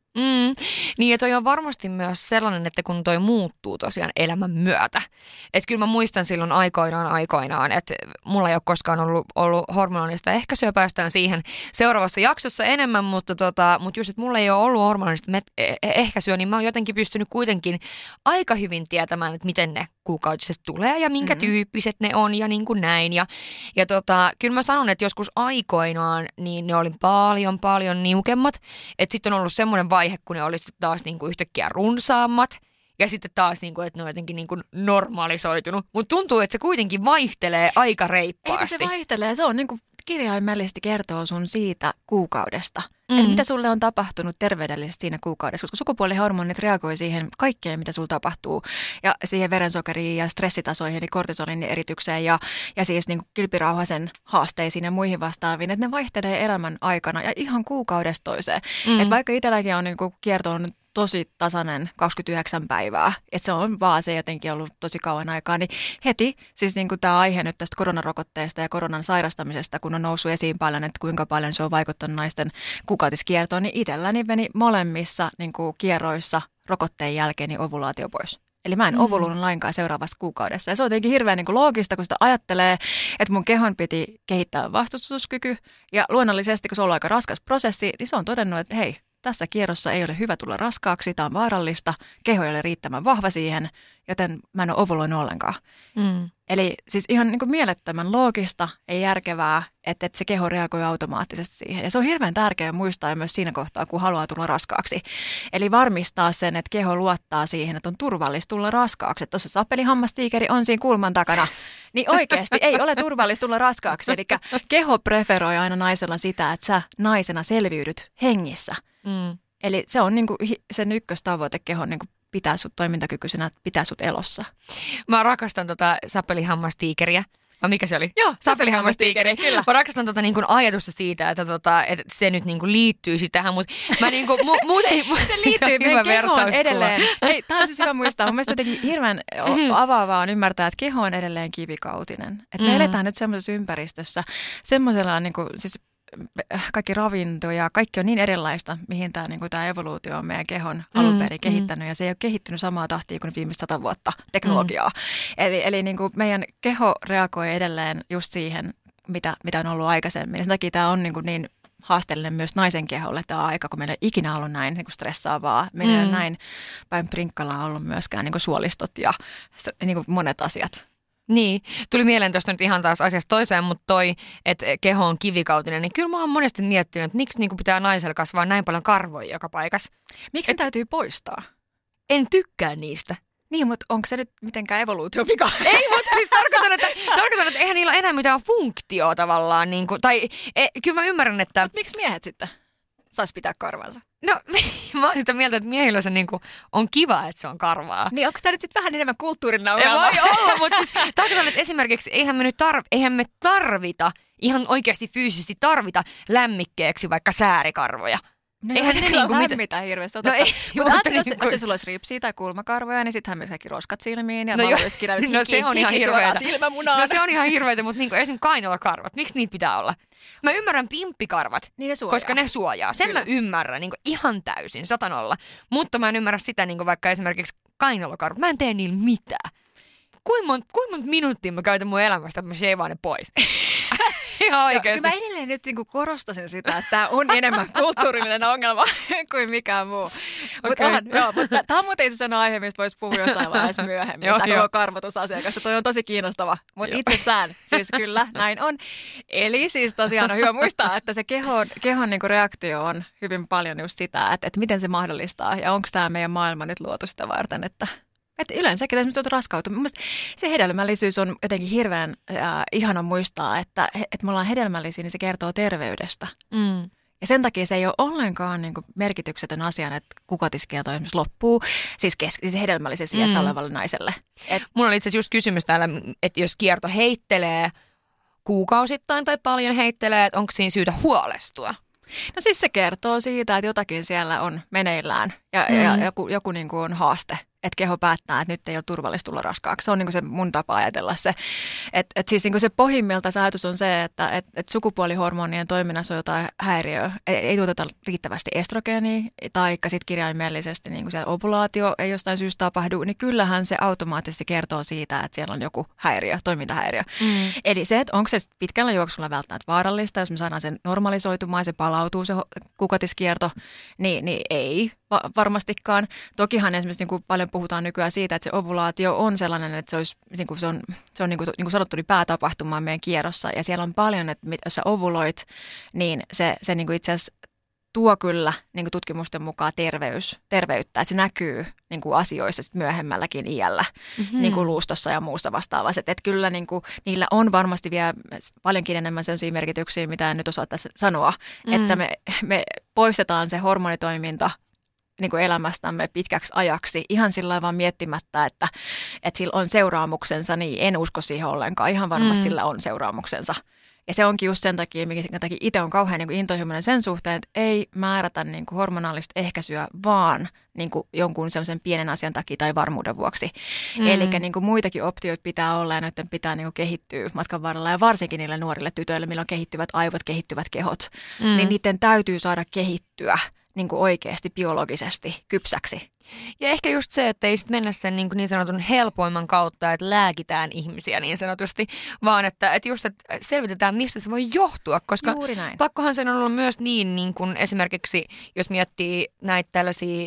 Niin ja toi on varmasti myös sellainen, että kun toi muuttuu tosiaan elämän myötä. Että kyllä mä muistan silloin aikoinaan, että mulla ei ole koskaan ollut hormonaalista ehkäisyä, päästään siihen seuraavassa jaksossa enemmän, mutta just, että mulla ei ole ollut hormonaalista ehkäisyä, niin mä oon jotenkin pystynyt kuitenkin aika hyvin tietämään, että miten ne kuukautiset tulee ja minkä tyyppiset ne on ja niin kuin näin. Ja kyllä mä sanon, että joskus aikoinaan niin ne oli paljon niukemmat, että sitten on ollut semmoinen vaihe, kun ne oli sitten taas niin kuin yhtäkkiä runsaammat ja sitten taas, niin kuin, että ne on jotenkin niin kuin normalisoitunut. Mutta tuntuu, että se kuitenkin vaihtelee aika reippaasti. Eikö se vaihtelee? Se on niin kuin kirjaimellisesti kertoo sun siitä kuukaudesta. Että mitä sulle on tapahtunut terveydellisesti siinä kuukaudessa, koska sukupuolihormonit reagoi siihen kaikkeen, mitä sulla tapahtuu. Ja siihen verensokeriin ja stressitasoihin, eli kortisolin eritykseen ja siis niin kuin kilpirauhasen haasteisiin ja muihin vastaaviin. Että ne vaihtelee elämän aikana ja ihan kuukaudesta toiseen. Että vaikka itselläkin on niin kuin kiertonut tosi tasainen 29 päivää, että se on vaan se jotenkin ollut tosi kauan aikaa, niin heti siis niin kuin tämä aihe nyt tästä koronarokotteesta ja koronan sairastamisesta, kun on noussut esiin paljon, että kuinka paljon se on vaikuttanut naisten kuukautiskiertoon, niin itselläni meni molemmissa niin kuin kierroissa rokotteen jälkeen niin ovulaatio pois. Eli mä en ovuloinut lainkaan seuraavassa kuukaudessa. Ja se on jotenkin hirveän niin kuin loogista, kun sitä ajattelee, että mun kehon piti kehittää vastustuskyky. Ja luonnollisesti, kun se on ollut aika raskas prosessi, niin se on todennut, että hei, tässä kierrossa ei ole hyvä tulla raskaaksi, tämä on vaarallista, keho ei ole riittävän vahva siihen, joten mä en ole ovuloinut ollenkaan. Eli siis ihan niin kuin mielettömän loogista ja järkevää, että se keho reagoi automaattisesti siihen. Ja se on hirveän tärkeää muistaa myös siinä kohtaa, kun haluaa tulla raskaaksi. Eli varmistaa sen, että keho luottaa siihen, että on turvallista tulla raskaaksi. Että tuossa sappelihammastiikeri on siinä kulman takana, niin oikeasti ei ole turvallista tulla raskaaksi. Eli keho preferoi aina naisella sitä, että sä naisena selviydyt hengissä. Eli se on niin kuin sen ykköstavoite kehon niin kuin pitää sut toimintakykyisenä, pitää sut elossa. Mä rakastan sappelihammastiikeriä. Mikä se oli? Joo, sappelihammastiikeri, kyllä. Mä rakastan niin kuin ajatusta siitä, että se nyt niin kuin liittyisi tähän, mutta mä niin kuin, muuten se liittyy meidän kehoon edelleen. Hei, tää on siis hyvä muistaa. Mun mielestä jotenkin hirveän avaavaa on ymmärtää, että keho on edelleen kivikautinen. Että me eletään nyt semmoisessa ympäristössä, semmoisella niin kuin, siis kaikki ravinto ja kaikki on niin erilaista, mihin tämä evoluutio on meidän kehon alun perin kehittänyt. Ja se ei ole kehittynyt samaa tahtia kuin viimeistä 100 vuotta teknologiaa. Eli niin kuin meidän keho reagoi edelleen just siihen, mitä on ollut aikaisemmin. Ja sen takia tämä on niin haasteellinen myös naisen keholle tämä aika, kun meillä ei ikinä ollut näin niin kuin stressaavaa. Meillä ei ole näin päin prinkkalaa ollut myöskään niin kuin suolistot ja niin kuin monet asiat. Niin, tuli mieleen tuosta nyt ihan taas asiasta toiseen, mutta että keho on kivikautinen, niin kyllä mä oon monesti miettinyt, että miksi niin kuin pitää naisella kasvaa näin paljon karvoja joka paikassa. Miksi se täytyy poistaa? En tykkää niistä. Niin, mutta onko se nyt mitenkään evoluutiovika? Ei, mutta siis tarkoitan, että eihän niillä ole enää mitään funktioa tavallaan. Niin kuin, kyllä mä ymmärrän, että... Mutta miksi miehet sitten saisi pitää karvansa? No, mä oon sitä mieltä, että miehillä se niinku on kiva, että se on karvaa. Niin, onko tämä nyt sitten vähän enemmän kulttuurinen ongelma? Voi olla, mutta siis tarkoitan, että esimerkiksi eihän me tarvita, ihan oikeasti fyysisesti tarvita lämmikkeeksi vaikka säärikarvoja. No eihän ne niinku lämmitä hirveästi. No ei, mutta ajattelin, jos se sulla olisi ripsiä tai kulmakarvoja, niin sittenhän myös kaikki roskat silmiin ja valveuskirjaimet se on ihan hirveätä. Silmämunaan. No se on ihan hirveätä, mutta niinku esimerkiksi kainalokarvat, miksi niitä pitää olla? Mä ymmärrän pimppikarvat, niin koska ne suojaa. Sen kyllä. Mä ymmärrän niin ihan täysin, 100%. Mutta mä en ymmärrä sitä niin vaikka esimerkiksi kainalokarvat. Mä en tee niillä mitään. Kuinka monta minuuttia mä käytän mun elämästä, että mä sheivaan ne pois? Ihan oikeasti. Kyllä mä edelleen nyt niin korostasin sitä, että tämä on enemmän kulttuurillinen ongelma kuin mikään muu. Okay. Mutta tämä on muuten itse asiassa aihe, mistä voisi puhua jossain vaiheessa myöhemmin. Tämä on karvotusasiakas. Toi on tosi kiinnostava. Mutta itsessään siis kyllä näin on. Eli siis tosiaan on hyvä muistaa, että se kehon niin reaktio on hyvin paljon just sitä, että miten se mahdollistaa. Ja onko tämä meidän maailma nyt luotu sitä varten, että yleensäkin esimerkiksi raskautuminen. Mielestäni se hedelmällisyys on jotenkin hirveän ihana muistaa, että me ollaan hedelmällisiä, niin se kertoo terveydestä. Ja sen takia se ei ole ollenkaan niin kuin merkityksetön asia, että kuukautiskielto esimerkiksi loppuu, siis hedelmällisessä iässä olevalle naiselle. Mulla oli itse asiassa just kysymys täällä, että jos kierto heittelee kuukausittain tai paljon heittelee, että onko siinä syytä huolestua? No siis se kertoo siitä, että jotakin siellä on meneillään ja joku niin kuin on haaste. että keho päättää, että nyt ei ole turvallista tulla raskaaksi. Se on niin kuin se mun tapa ajatella se. Että siis niin kuin se pohjimmilta se ajatus on se, että sukupuolihormonien toiminnassa on jotain häiriöä. Ei tuoteta riittävästi estrogeenia, taikka sitten kirjaimellisesti niin kuin se ovulaatio ei jostain syystä tapahdu, niin kyllähän se automaattisesti kertoo siitä, että siellä on joku häiriö, toimintahäiriö. Eli se, että onko se pitkällä juoksulla välttämättä vaarallista, jos me saadaan sen normalisoitumaan, se palautuu se kuukautiskierto, niin ei varmastikaan. Tokihan esimerkiksi niin kuin paljon puhutaan nykyään siitä, että se ovulaatio on sellainen, että se olisi, niin kuin se on niin kuin sanottu, niin päätapahtuma meidän kierrossa. Ja siellä on paljon, että jos sä ovuloit, niin se niin kuin itse asiassa tuo kyllä niin kuin tutkimusten mukaan terveyttä. Että se näkyy niin kuin asioissa sit myöhemmälläkin iällä, niin kuin luustossa ja muusta vastaavassa. Että kyllä niin kuin, niillä on varmasti vielä paljonkin enemmän sellaisia merkityksiä, mitä en nyt osaa tässä sanoa. Että me poistetaan se hormonitoiminta niin kuin elämästämme pitkäksi ajaksi ihan sillä lailla vaan miettimättä, että sillä on seuraamuksensa, niin en usko siihen ollenkaan. Ihan varmasti sillä on seuraamuksensa. Ja se onkin just sen takia, minkä takia itse on kauhean niin kuin intohimoinen sen suhteen, että ei määrätä niin kuin hormonaalista ehkäisyä, vaan niin kuin jonkun sellaisen pienen asian takia tai varmuuden vuoksi. Eli niin kuin muitakin optioita pitää olla ja noiden pitää niin kuin kehittyä matkan varrella. Ja varsinkin niille nuorille tytöille, millä on kehittyvät aivot, kehittyvät kehot, niin niiden täytyy saada kehittyä niin kuin oikeasti biologisesti kypsäksi. Ja ehkä just se, että ei sitten mennä sen niin sanotun helpoimman kautta, että lääkitään ihmisiä niin sanotusti, vaan että just että selvitetään, mistä se voi johtua, koska pakkohan sen on ollut myös niin kuin esimerkiksi, jos miettii näitä tällaisia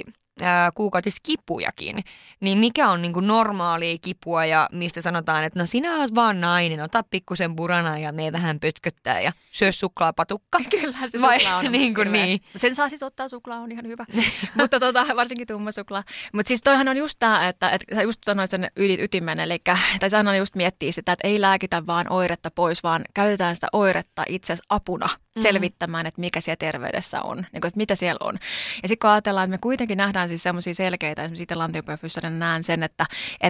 kuukautiskipujakin, niin mikä on niin kuin normaalia kipua ja mistä sanotaan, että no sinä olet vaan nainen, ota pikkusen burana ja me vähän pötköttää ja syö suklaapatukka. Kyllähän se suklaa on niin kuin niin. Sen saa siis ottaa, suklaa on ihan hyvä, mutta varsinkin tumma suklaa. Mutta siis toihan on just tämä, että sä just sanoit sen ytimen, tai sä aina just miettii sitä, että ei lääkitä vaan oiretta pois, vaan käytetään sitä oiretta itse asiassa apuna selvittämään, että mikä siellä terveydessä on, niin kuin, että mitä siellä on. Ja sitten kun ajatellaan, että me kuitenkin nähdään siis semmoisia selkeitä, esimerkiksi itse lantiopyöfyssarina näen sen, että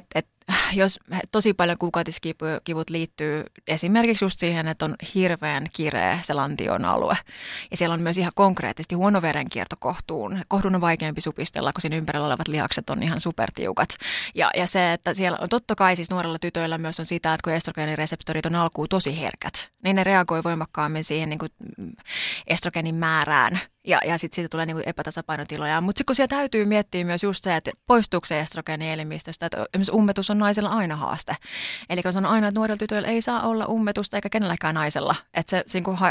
jos tosi paljon kuukautiskivut liittyy esimerkiksi just siihen, että on hirveän kireä se lantion alue. Ja siellä on myös ihan konkreettisesti huono verenkierto kohtuun. Kohdun on vaikeampi supistella, kun siinä ympärillä olevat lihakset on ihan supertiukat. Ja se, että siellä on totta kai siis nuorilla tytöillä myös on sitä, että kun estrogeenireseptorit on alkuun tosi herkät, niin ne reagoi voimakkaammin siihen niin kuin estrogenin määrään. Ja sitten siitä tulee niinku epätasapainotiloja. Mutta sitten kun siellä täytyy miettiä myös just se, että poistuuko se estrogeeni elimistöstä, että esimerkiksi ummetus on naisella aina haaste. Eli kun se on aina, että nuorilla tytöillä ei saa olla ummetusta eikä kenelläkään naisella. Että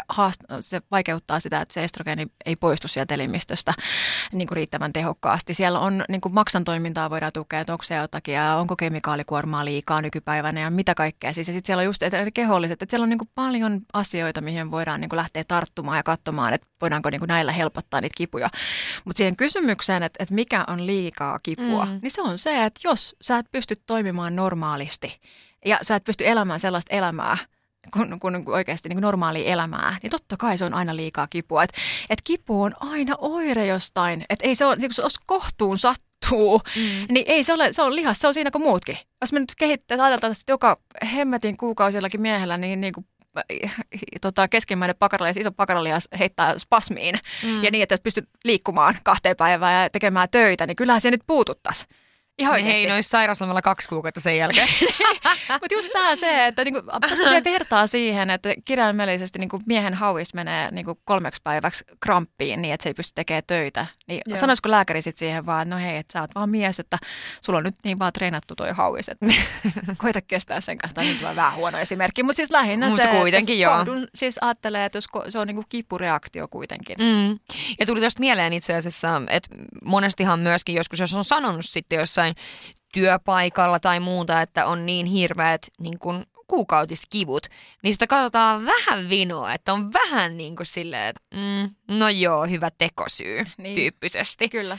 se vaikeuttaa sitä, että se estrogeeni ei poistu sieltä elimistöstä niinku riittävän tehokkaasti. Siellä on niinku maksan toimintaa voidaan tukea, että onko se jotakin ja onko kemikaalikuormaa liikaa nykypäivänä ja mitä kaikkea. Siis ja sitten siellä on just että keholliset, että siellä on niinku paljon asioita, mihin voidaan niinku lähteä tarttumaan ja katsomaan, että voidaanko niinku näillä helpottaa niitä kipuja. Mutta siihen kysymykseen, että mikä on liikaa kipua, niin se on se, että jos sä et pysty toimimaan normaalisti ja sä et pysty elämään sellaista elämää, kun oikeasti niin kuin normaalia elämää, niin totta kai se on aina liikaa kipua. Et kipu on aina oire jostain. Että ei se ole, niin jos kohtuun sattuu, niin ei se ole, se on lihas, se on siinä kuin muutkin. Jos me nyt ajatellaan, että joka hemmetin kuukausillakin miehellä, niin kuin keskimmäinen pakaralihas, iso pakaralihas heittää spasmiin ja niin, että pystyt liikkumaan 2 päivää ja tekemään töitä, niin kyllähän se nyt puututtaisi. Ihan hei, ne olisi sairauslomalla 2 kuukautta sen jälkeen. Mutta just tämä se, että niinku, vielä vertaa siihen, että kirjaimellisesti niinku, miehen hauis menee niinku, 3 päiväksi kramppiin niin, että se ei pysty tekemään töitä. Niin sanoisiko lääkäri sitten siihen vaan, että no hei, että sä oot vaan mies, että sulla on nyt niin vaan treenattu toi hauis, että koita kestää sen kanssa. Tämä on nyt vähän huono esimerkki, mutta siis lähinnä se, kuitenkin, että kohdun siis ajattelee, että jos se on niinku kipureaktio kuitenkin. Ja tuli tuosta mieleen itse asiassa, että monestihan myöskin joskus, jos on sanonut sitten jossain työpaikalla tai muuta, että on niin hirveät niin kuin kuukautiskivut, niin sitä katsotaan vähän vinoa, että on vähän niin kuin silleen, että no joo, hyvä tekosyy niin, tyyppisesti. Kyllä.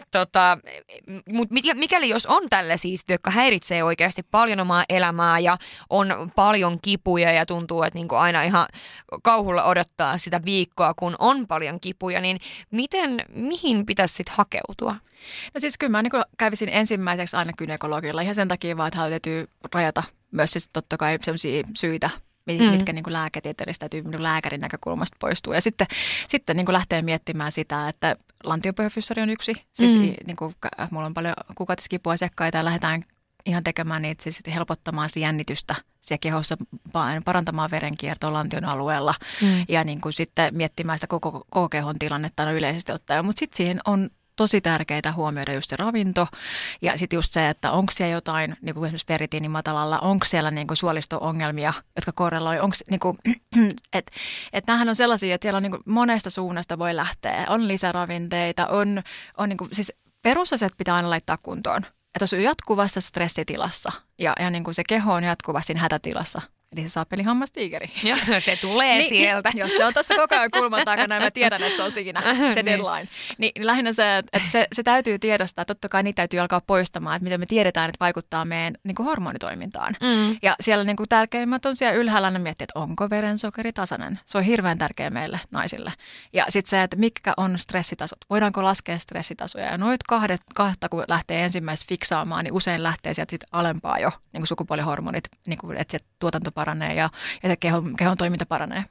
Mutta mikäli jos on tällaisia, jotka häiritsee oikeasti paljon omaa elämää ja on paljon kipuja ja tuntuu, että niinku aina ihan kauhulla odottaa sitä viikkoa, kun on paljon kipuja, niin mihin pitäisi sitten hakeutua? No siis kyllä mä niin kävisin ensimmäiseksi aina gynekologilla ihan sen takia vaan, että täytyy rajata myös siis totta kai sellaisia syitä, mitkä niin kuin lääketieteellistä tai lääkärin näkökulmasta poistuu. Ja sitten niin kuin lähtee miettimään sitä, että lantiopohjafyssari on yksi. Siis niin kuin, mulla on paljon kuukautiskipuasiakkaita ja lähdetään ihan tekemään niitä, siis helpottamaan sitä jännitystä siellä kehossa, parantamaan verenkiertoa lantion alueella ja niin kuin sitten miettimään sitä koko kehon tilannetta yleisesti ottaen. Mutta sitten siihen on tosi tärkeää huomioida just se ravinto ja sitten just se, että onko siellä jotain, niin kuin esimerkiksi ferritiinin matalalla, onko siellä niin kuin suolisto-ongelmia, jotka korreloi, onko niin kuin, että näähän on sellaisia, että siellä on niin kuin monesta suunnasta voi lähteä, on lisäravinteita, on niin kuin, siis perusasiat pitää aina laittaa kuntoon. Että jos on jatkuvassa stressitilassa ja niin kuin se keho on jatkuvasti hätätilassa, eli se saapelihammastiikeri. Ja se tulee sieltä. Jos se on tuossa koko ajan kulman takana ja mä tiedän, että se on siinä se deadline. Niin lähinnä se, että se täytyy tiedostaa, totta kai niitä täytyy alkaa poistamaan, että miten me tiedetään, että vaikuttaa meidän niin kuin hormonitoimintaan. Ja siellä niin kuin tärkeimmät on siellä ylhäällä, ne miettii, että onko verensokeri tasainen. Se on hirveän tärkeä meille naisille. Ja sitten se, että mitkä on stressitasot. Voidaanko laskea stressitasoja. Ja noit kahta, kun lähtee ensimmäiseksi fiksaamaan, niin usein lähtee sieltä sit alempaa jo niin kuin sukupuolihormonit, niin kuin, että se tuotanto paranee ja se kehon toiminta paranee.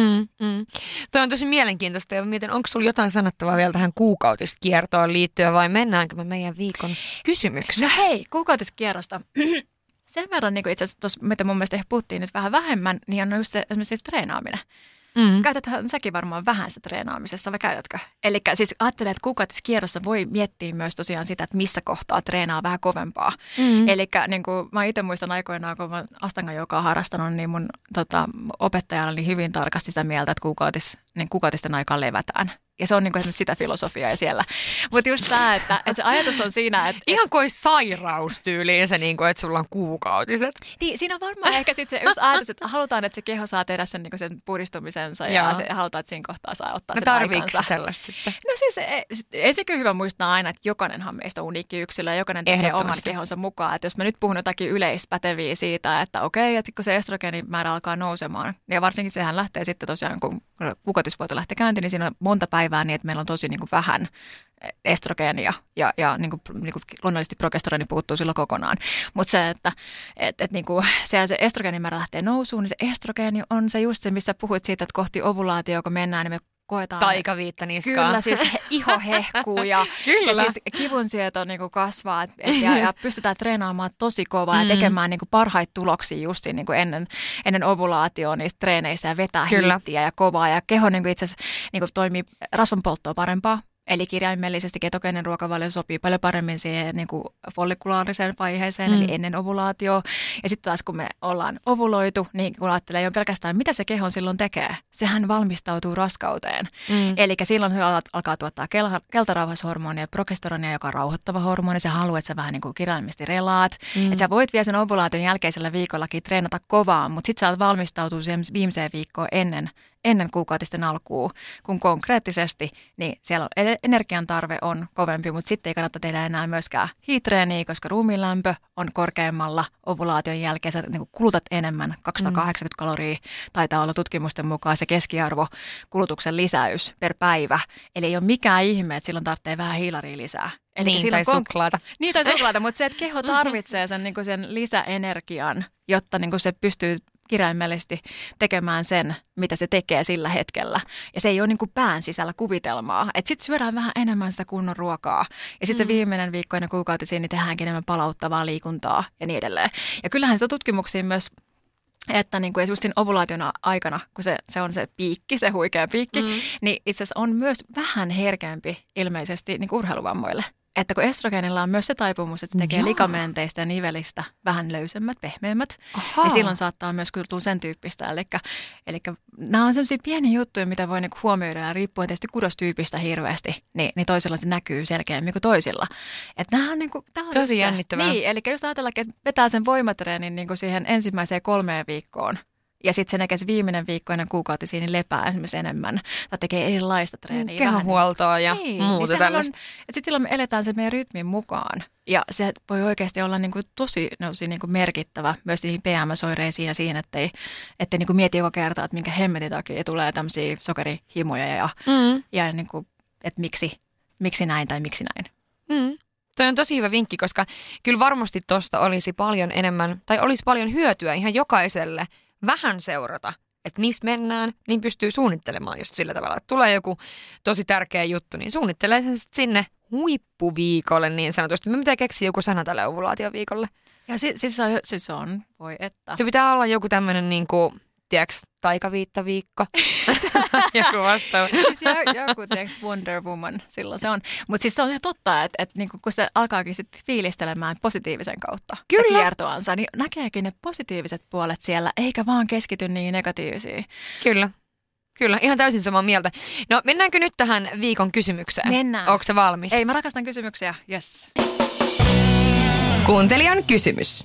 Tuo on tosi mielenkiintoista ja mietin, onko sulla jotain sanottavaa vielä tähän kuukautiskiertoon liittyen vai mennäänkö me meidän viikon kysymykseen? No hei, kuukautiskierrosta. Sen verran niin itse asiassa tuossa, mitä mun mielestä puhuttiin nyt vähän vähemmän, niin on just se esimerkiksi treenaaminen. Käytäthän säkin varmaan vähän sitä treenaamisessa, vai käytätkö? Eli siis ajattelen, että kuukautiskierrossa voi miettiä myös tosiaan sitä, että missä kohtaa treenaa vähän kovempaa. Eli niin kuin mä itse muistan aikoinaan, kun mä Astanga-joukaa harrastanut, niin mun opettajana oli hyvin tarkasti sitä mieltä, että kuukautisten aikaan levätään. Ja se on niin kuin esimerkiksi sitä filosofiaa siellä. Mutta just tämä, että se ajatus on siinä, että ihan kuin sairaustyyliin se, niin kuin, että sulla on kuukautiset. Niin, siinä on varmaan ehkä sitten se just ajatus, että halutaan, että se keho saa tehdä sen, niin kuin sen puristumisensa ja halutaan, että siinä kohtaa saa ottaa sen aikansa. Tarviiko sellaista sitten? No siis ensinnäkin hyvä muistaa aina, että jokainenhan meistä on uniikki yksilö ja jokainen tekee oman kehonsa mukaan. Että jos mä nyt puhun jotakin yleispäteviä siitä, että okei, että kun se estrogenimäärä alkaa nousemaan, ja varsinkin sehän lähtee sitten tosiaan, kun kuukautisvuoto lähtee käyntiin, niin siinä on monta päivää niin, että meillä on tosi niin kuin vähän estrogeenia ja niin kuin luonnollisesti progesteroni puuttuu silloin kokonaan. Mutta se, että niin kuin se estrogeenimäärä lähtee nousuun, niin se estrogeeni on se just se, missä puhuit siitä, että kohti ovulaatioon, kun mennään, niin me koetaan. Taikaviitta niskaan. Kyllä, siis iho hehkuu ja siis kivunsietoa niin kuin kasvaa ja pystytään treenaamaan tosi kovaa ja tekemään niin kuin parhaita tuloksia just niin kuin ennen ovulaatioon niissä treeneissä ja vetää hiittiä ja kovaa ja keho niin kuin itse asiassa niin kuin toimii rasvanpolttoa parempaa. Eli kirjaimellisesti ketogeeninen ruokavalio sopii paljon paremmin siihen niin kuin follikulaariseen vaiheeseen, eli ennen ovulaatioa. Ja sitten taas kun me ollaan ovuloitu, niin kun ajattelee jo pelkästään, mitä se keho silloin tekee, sehän valmistautuu raskauteen. Eli silloin se alkaa tuottaa keltarauhashormonia ja progesteronia, joka on rauhoittava hormoni. Se haluaa, että sä vähän niin kuin kirjaimellisesti relaat. Että sä voit vielä sen ovulaation jälkeisellä viikollakin treenata kovaa, mutta sitten sä valmistautuu siihen viimeiseen viikkoon ennen kuukautisten alkuun, kun konkreettisesti niin siellä energian tarve on kovempi, mutta sitten ei kannata tehdä enää myöskään hiitreeniä, koska ruumiinlämpö on korkeammalla ovulaation jälkeen. Sä niin kulutat enemmän, 280 kaloria taitaa olla tutkimusten mukaan se keskiarvo kulutuksen lisäys per päivä. Eli ei ole mikään ihme, että silloin tarvitsee vähän hiilaria lisää. Eli tai suklaata. Niin, tai suklaata, mutta se, että keho tarvitsee sen, niin kuin sen lisäenergian, jotta niin kuin se pystyy kirjaimellisesti tekemään sen, mitä se tekee sillä hetkellä. Ja se ei ole niin kuin pään sisällä kuvitelmaa. Että sitten syödään vähän enemmän sitä kunnon ruokaa. Ja sitten se viimeinen viikko ennen kuukautisiin, niin tehdäänkin enemmän palauttavaa liikuntaa ja niin edelleen. Ja kyllähän sitä tutkimuksia myös, että niin kuin just siinä ovulaation aikana, kun se on se piikki, se huikea piikki, niin itse asiassa on myös vähän herkempi ilmeisesti niin kuin urheiluvammoille. Että kun estrogeenilla on myös se taipumus, että se tekee ligamenteista ja nivelistä vähän löysemmät, pehmeämmät, niin silloin saattaa myös kyllä tulla sen tyyppistä. Eli nämä on sellaisia pieniä juttuja, mitä voi niinku huomioida ja riippuen tietysti kudostyypistä hirveästi, niin toisilla se näkyy selkeämmin kuin toisilla. Että nämä on niinku, tosi jännittävää. Niin, eli jos ajatellaan, että vetää sen voimatreenin niinku siihen ensimmäiseen 3 viikkoon, ja sitten se näkee se viimeinen viikko ennen kuukautisia, niin lepää esimerkiksi enemmän. Tai tekee erilaista treeniä. Kehonhuoltoa ja muuta tällaista. Sitten silloin me eletään se meidän rytmin mukaan. Ja se voi oikeasti olla niinku tosi niinku merkittävä myös niihin PMS-oireisiin ja siihen, ettei niinku mieti joka kerta, että minkä hemmetin takia tulee tämmöisiä sokerihimoja ja niinku, että miksi näin tai miksi näin. Toi on tosi hyvä vinkki, koska kyllä varmasti tuosta olisi paljon enemmän, tai olisi paljon hyötyä ihan jokaiselle vähän seurata, että missä mennään, niin pystyy suunnittelemaan just sillä tavalla, että tulee joku tosi tärkeä juttu, niin suunnittelee sen sinne huippuviikolle niin sanotusti. Me pitää keksiä joku sana tälle ovulaatioviikolle. Ja siis on, voi että. Se pitää olla joku tämmöinen niinku, tiedätkö, taikaviittaviikko. Joku vastaava. Siis joku, tiedätkö, Wonder Woman silloin se on. Mutta siis se on ihan totta, että niinku, kun se alkaakin sitten fiilistelemään positiivisen kautta kiertoansa, niin näkeekin ne positiiviset puolet siellä, eikä vaan keskity niihin negatiivisiin. Kyllä, ihan täysin samaa mieltä. No mennäänkö nyt tähän viikon kysymykseen? Mennään. Onko se valmis? Ei, mä rakastan kysymyksiä. Yes. Kuuntelijan kysymys.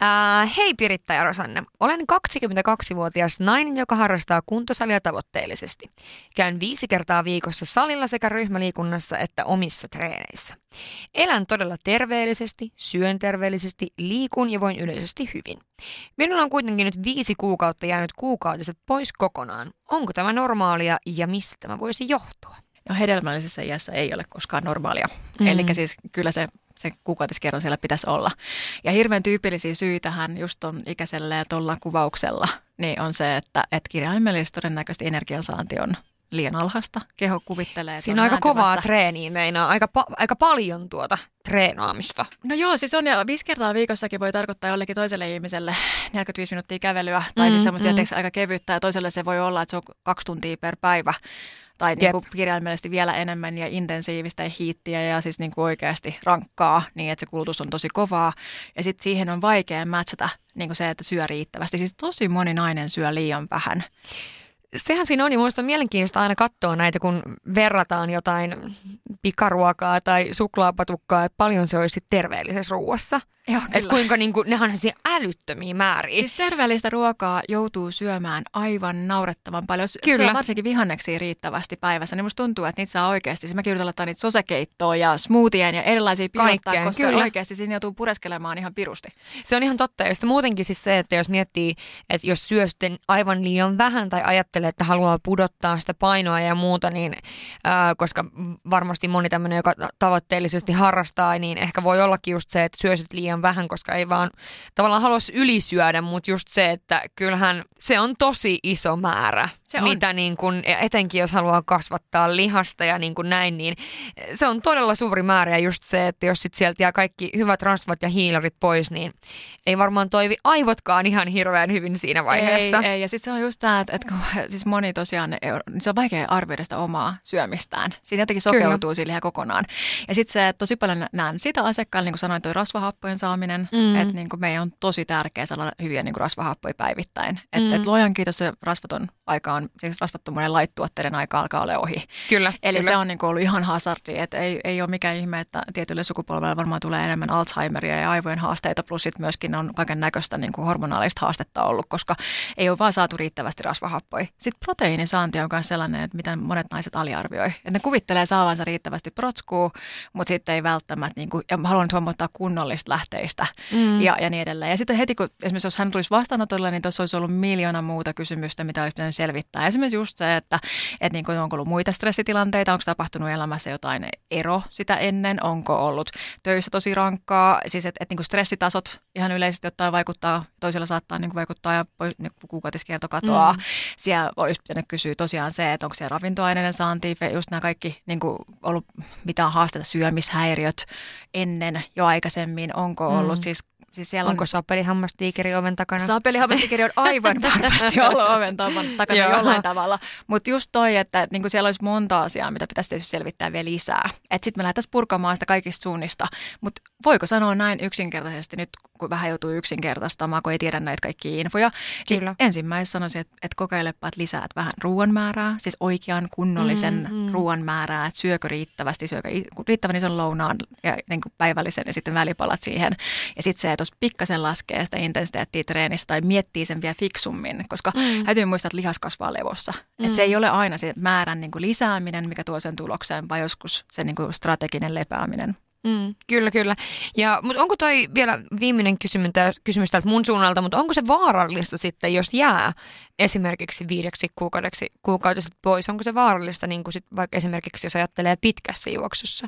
Hei Piritta ja Rosanne. Olen 22-vuotias nainen, joka harrastaa kuntosalia tavoitteellisesti. Käyn 5 kertaa viikossa salilla sekä ryhmäliikunnassa että omissa treeneissä. Elän todella terveellisesti, syön terveellisesti, liikun ja voin yleisesti hyvin. Minulla on kuitenkin nyt 5 kuukautta jäänyt kuukautiset pois kokonaan. Onko tämä normaalia ja mistä tämä voisi johtua? No, hedelmällisessä iässä ei ole koskaan normaalia. Eli siis kyllä se kuukautiskerron siellä pitäisi olla. Ja hirveän tyypillisiä syitähän just ton ikäisellä ja tuolla kuvauksella niin on se, että kirjaimellisesti todennäköisesti energiansaanti on liian alhaista. Keho kuvittelee, että siinä on aika kovaa treeniä, meinaa aika paljon treenaamista. No joo, siis on ja 5 kertaa viikossakin voi tarkoittaa jollekin toiselle ihmiselle 45 minuuttia kävelyä tai siis semmoista aika kevyttä ja toiselle se voi olla, että se on 2 tuntia per päivä. Tai niin kuin kirjaimellisesti vielä enemmän ja intensiivistä ja hiittiä ja siis niin kuin oikeasti rankkaa, niin että se kulutus on tosi kovaa. Ja sitten siihen on vaikea mätsätä niin kuin se, että syö riittävästi. Siis tosi moni nainen syö liian vähän. Sehän siinä on, ja minusta on mielenkiintoista aina katsoa näitä, kun verrataan jotain pikaruokaa tai suklaapatukkaa, että paljon se olisi terveellisessä ruuassa. Että kuinka niinku, nehän on siinä älyttömiä määriä. Siis terveellistä ruokaa joutuu syömään aivan naurettavan paljon. Syö varsinkin vihanneksia riittävästi päivässä. Niin musta tuntuu, että niitä saa oikeasti. Siis mäkin yritän laittaa niitä sosekeittoa ja smoothien ja erilaisia pilottaa, koska oikeasti siinä joutuu pureskelemaan ihan pirusti. Se on ihan totta. Ja sitten muutenkin siis se, että jos miettii, että jos syö sitten aivan liian vähän tai ajattelee, että haluaa pudottaa sitä painoa ja muuta, niin koska varmasti moni tämmöinen, joka tavoitteellisesti harrastaa, niin ehkä voi ollakin just se, että syösit liian vähän, koska ei vaan tavallaan haluaisi ylisyödä, mutta just se, että kyllähän se on tosi iso määrä, mitä niin kun, etenkin jos haluaa kasvattaa lihasta ja niin kuin näin, niin se on todella suuri määrä ja just se, että jos sit sieltä jää kaikki hyvät rasvat ja hiilarit pois, niin ei varmaan toivi aivotkaan ihan hirveän hyvin siinä vaiheessa. Ei. Ja sitten se on just tämä, että siis moni tosiaan, se on vaikea arvioida sitä omaa syömistään. Siinä jotenkin sokeutuu sille ihan kokonaan. Ja sitten se, että tosi paljon näen sitä asiakkaalla, niin kuin sanoin, toi rasvahappojen saaminen, että niin kuin meidän on tosi tärkeää saada hyviä niin kuin rasvahappoja päivittäin. Että luojan kiitos se rasvaton aika on, siis rasvattomuuden laittuotteiden aika alkaa olla ohi. Eli se on niin kuin ollut ihan hazardi, että ei ole mikään ihme, että tietylle sukupolvelle varmaan tulee enemmän Alzheimeria ja aivojen haasteita, plus sitten myöskin on kaiken näköistä niin kuin hormonaalista haastetta ollut, koska ei ole vaan saatu riittävästi rasvahappoja. Sitten proteiinisaanti on myös sellainen, että mitä monet naiset aliarvioi. Että ne kuvittelee saavansa riittävästi protskua, mutta sitten ei välttämättä, niin kuin, ja haluan nyt huomauttaa kunnollista lähteistä ja niin edelleen. Ja sitten heti, kun esimerkiksi jos hän tulisi vastaanotolle, niin tuossa olisi ollut miljoona muuta kysymystä, mitä olisi pitänyt selvittää. Esimerkiksi just se, että niin kuin onko ollut muita stressitilanteita, onko tapahtunut elämässä jotain ero sitä ennen, onko ollut töissä tosi rankkaa, siis että niin kuin stressitasot ihan yleisesti ottaen vaikuttaa, toisella saattaa niin kuin vaikuttaa ja niin kuukautiskierto katoaa. Siellä olisi pitänyt kysyä tosiaan se, että onko siellä ravintoaineiden saanti, just nämä kaikki niin kuin ollut mitään haasteita, syömishäiriöt ennen jo aikaisemmin, onko ollut siis siellä onko sapelihammastiikeri oven takana? Sapelihammastiikeri on aivan varmasti ollut oven takana jollain tavalla. Mutta just toi, että niinku siellä olisi monta asiaa, mitä pitäisi tietysti selvittää vielä lisää. Että sitten me lähdetään purkamaan sitä kaikista suunnista. Mutta voiko sanoa näin yksinkertaisesti nyt, kun vähän joutuu yksinkertaistamaan, kun ei tiedä näitä kaikkia infoja. Niin ensimmäisenä sanoisin, että kokeilepa, että lisäät vähän ruoan määrää, siis oikean kunnollisen ruoan määrää, että syökö riittävästi, syökö riittävän ison lounaan ja niin kuin päivällisen ja sitten välipalat siihen. Ja sitten se, että jos pikkasen laskee sitä intensiteettiä treenistä tai miettii sen vielä fiksummin, koska täytyy muistaa, että lihas kasvaa levossa. Että se ei ole aina se määrän niin kuin lisääminen, mikä tuo sen tulokseen, vaan joskus se niin kuin strateginen lepääminen. Kyllä. Mutta onko toi vielä viimeinen kysymys täältä mun suunnalta, mutta onko se vaarallista sitten, jos jää esimerkiksi 5 kuukautiset pois? Onko se vaarallista niin kuin sit vaikka esimerkiksi, jos ajattelee pitkässä juoksussa?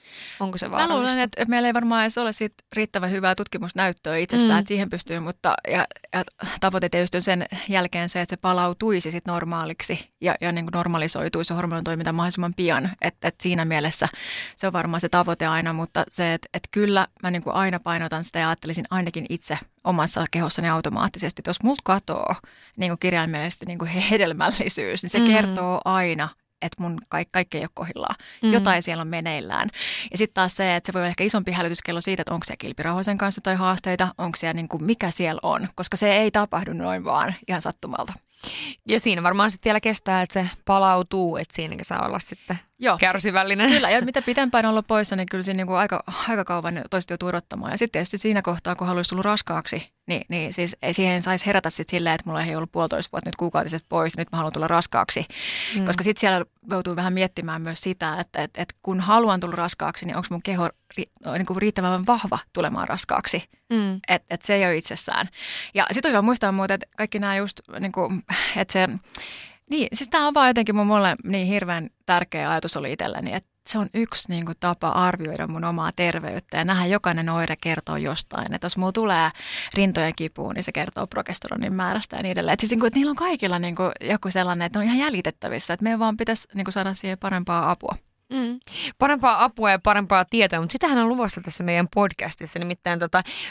Onko se Mä vaarallista? luulen, että meillä ei varmaan edes ole siitä riittävän hyvää tutkimusnäyttöä itsessään, että siihen pystyy, mutta ja tavoite tietysti on sen jälkeen se, että se palautuisi sit normaaliksi ja niin kuin normalisoituisi hormonin toiminta mahdollisimman pian. Että siinä mielessä se on varmaan se tavoite aina, mutta se, että kyllä mä niin kuin aina painotan sitä ja ajattelisin ainakin itse omassa kehossani automaattisesti, että jos multa katoo niin kuin kirjaimellisesti niin kuin hedelmällisyys, niin se kertoo aina, että mun kaikki ei ole kohdillaan. Jotain siellä on meneillään. Ja sitten taas se, että se voi olla ehkä isompi hälytyskello siitä, että onko siellä kilpirauhasen kanssa tai haasteita, onko siellä niin kuin mikä siellä on, koska se ei tapahdu noin vaan ihan sattumalta. Ja siinä varmaan sitten vielä kestää, että se palautuu, että siinäkin saa olla sitten kärsivällinen. Kyllä, ja mitä pitempään olla poissa, niin kyllä siinä niin kuin aika kauan toista joutuu odottamaan. Ja sitten tietysti siinä kohtaa, kun haluaisi tulla raskaaksi, niin siis siihen saisi herätä sitten silleen, että mulla ei ollut 1,5 vuotta nyt kuukautiset pois, nyt mä haluan tulla raskaaksi. Koska sitten siellä joutuu vähän miettimään myös sitä, että kun haluan tulla raskaaksi, niin onko mun keho niin kuin riittävän vahva tulemaan raskaaksi. Että se ei ole itsessään. Ja sitten on hyvä muistaa muuten, että kaikki nämä just, niin kuin, että se, niin siis tämä on vaan jotenkin mulle niin hirveän tärkeä ajatus oli itselleni, että se on yksi niin kuin tapa arvioida mun omaa terveyttä ja nähdä jokainen oire kertoo jostain. Että jos mulla tulee rintojen kipuun, niin se kertoo progesteronin määrästä ja niin edelleen. Että siis niin kuin, että niillä on kaikilla niin kuin joku sellainen, että ne on ihan jäljitettävissä, että meidän vaan pitäisi niin kuin saada siihen parempaa apua. Parempaa apua ja parempaa tietoa, mutta sitähän on luvassa tässä meidän podcastissa. Nimittäin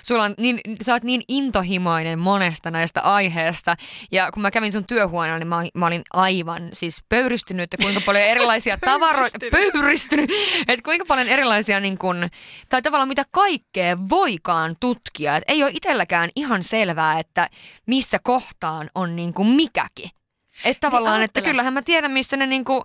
sä oot niin intohimoinen monesta näistä aiheesta. Ja kun mä kävin sun työhuoneella, niin mä olin aivan siis pöyristynyt, että kuinka paljon erilaisia tavaroita, että kuinka paljon erilaisia niin kun, tai tavallaan mitä kaikkea voikaan tutkia. Et ei ole itselläkään ihan selvää, että missä kohtaan on niin kuin mikäkin. Että tavallaan, että kyllähän mä tiedän, missä ne niin kuin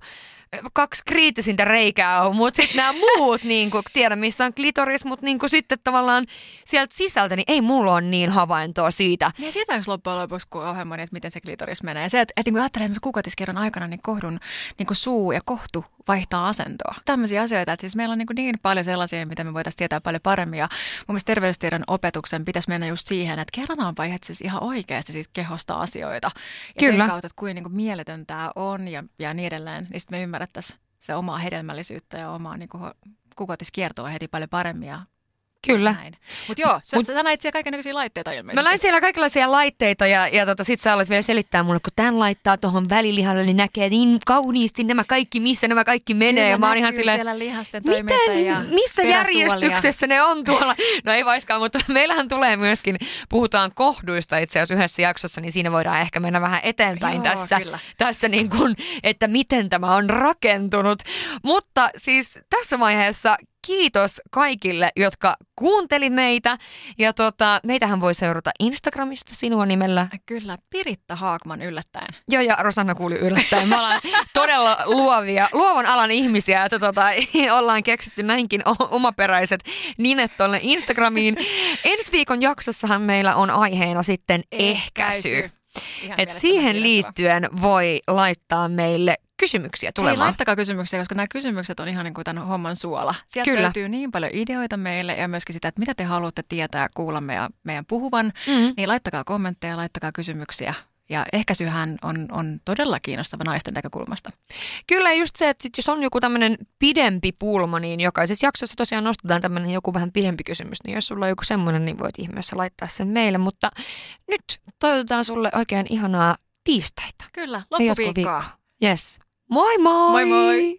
2 kriittisintä reikää on, mutta sitten nämä muut, niin kuin, tiedän missä on klitoris, mutta niin kuin, sitten tavallaan sieltä sisältä, niin ei mulla ole niin havaintoa siitä. Ja tietääkö loppujen lopuksi, kun on moni, että miten se klitoris menee? Se, että niin kuin ajattelee, että kuukautiskerran aikana niin kohdun niin kuin suu ja kohtu vaihtaa asentoa. Tämmöisiä asioita, että siis meillä on niin paljon sellaisia, mitä me voitaisiin tietää paljon paremmin. Ja mun mielestä terveystiedon opetuksen pitäisi mennä just siihen, että kerrotaanpa siis ihan oikeasti siitä kehosta asioita. Ja Kyllä. sen kautta, että kuinka niin kuin mieletön tämä on ja niin edelleen, niin sitten me ymmärrettäisiin se omaa hedelmällisyyttä ja omaa niin kuin kuukautiskiertoa heti paljon paremmin ja Kyllä. Mutta joo, sä näit siellä kaikenlaisia laitteita ilmeisesti. Mä näin siellä kaikenlaisia laitteita ja sit sä aloit vielä selittää mulle, kun tän laittaa tuohon välilihalle, niin näkee niin kauniisti nämä kaikki, missä nämä kaikki menee. Kyllä, mä oon ihan silleen, siellä lihasten toiminta ja missä järjestyksessä ne on tuolla? No ei vaiskaan, mutta meillähän tulee myöskin, puhutaan kohduista itse asiassa yhdessä jaksossa, niin siinä voidaan ehkä mennä vähän eteenpäin tässä niin kuin, että miten tämä on rakentunut. Mutta siis tässä vaiheessa kiitos kaikille, jotka kuunteli meitä. Ja meitähän voi seurata Instagramista sinua nimellä. Kyllä, Piritta Haakman yllättäen. Joo, ja Rosanna kuuli yllättäen. Me ollaan todella luovan alan ihmisiä, että ollaan keksitty näinkin omaperäiset nimet tuolle Instagramiin. Ensi viikon jaksossahan meillä on aiheena sitten ehkäisy. Et siihen liittyen voi laittaa meille kysymyksiä tulemaan. Hei, laittakaa kysymyksiä, koska nämä kysymykset on ihan niin kuin tämän homman suola. Sieltä löytyy niin paljon ideoita meille ja myöskin sitä, että mitä te haluatte tietää ja kuulla meidän puhuvan. Niin laittakaa kommentteja, laittakaa kysymyksiä. Ja ehkäisyhän on todella kiinnostava naisten näkökulmasta. Kyllä just se, että sit jos on joku tämmöinen pidempi pulma, niin jokaisessa jaksossa tosiaan nostetaan tämmöinen joku vähän pidempi kysymys. Niin jos sulla on joku semmoinen, niin voit ihmeessä laittaa sen meille. Mutta nyt toivotetaan sulle oikein ihanaa tiistaita. Kyllä, loppuviikkoa. Yes. Moi moi! Moi moi!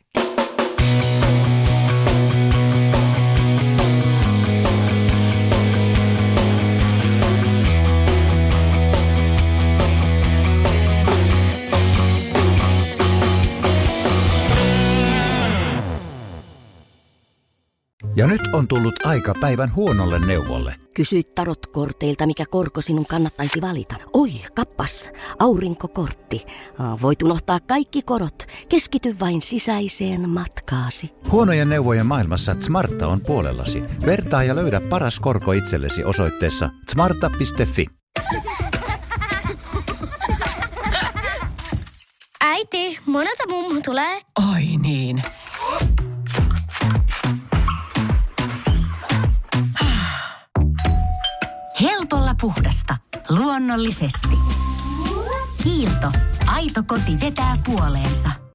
Ja nyt on tullut aika päivän huonolle neuvolle. Kysy tarotkorteilta, mikä korko sinun kannattaisi valita. Oi, kappas, aurinkokortti. Voit unohtaa kaikki korot. Keskity vain sisäiseen matkaasi. Huonojen neuvojen maailmassa Smarta on puolellasi. Vertaa ja löydä paras korko itsellesi osoitteessa smarta.fi. Äiti, monelta mummu tulee? Oi niin. Helpolla puhdasta. Luonnollisesti. Kiilto. Aito koti vetää puoleensa.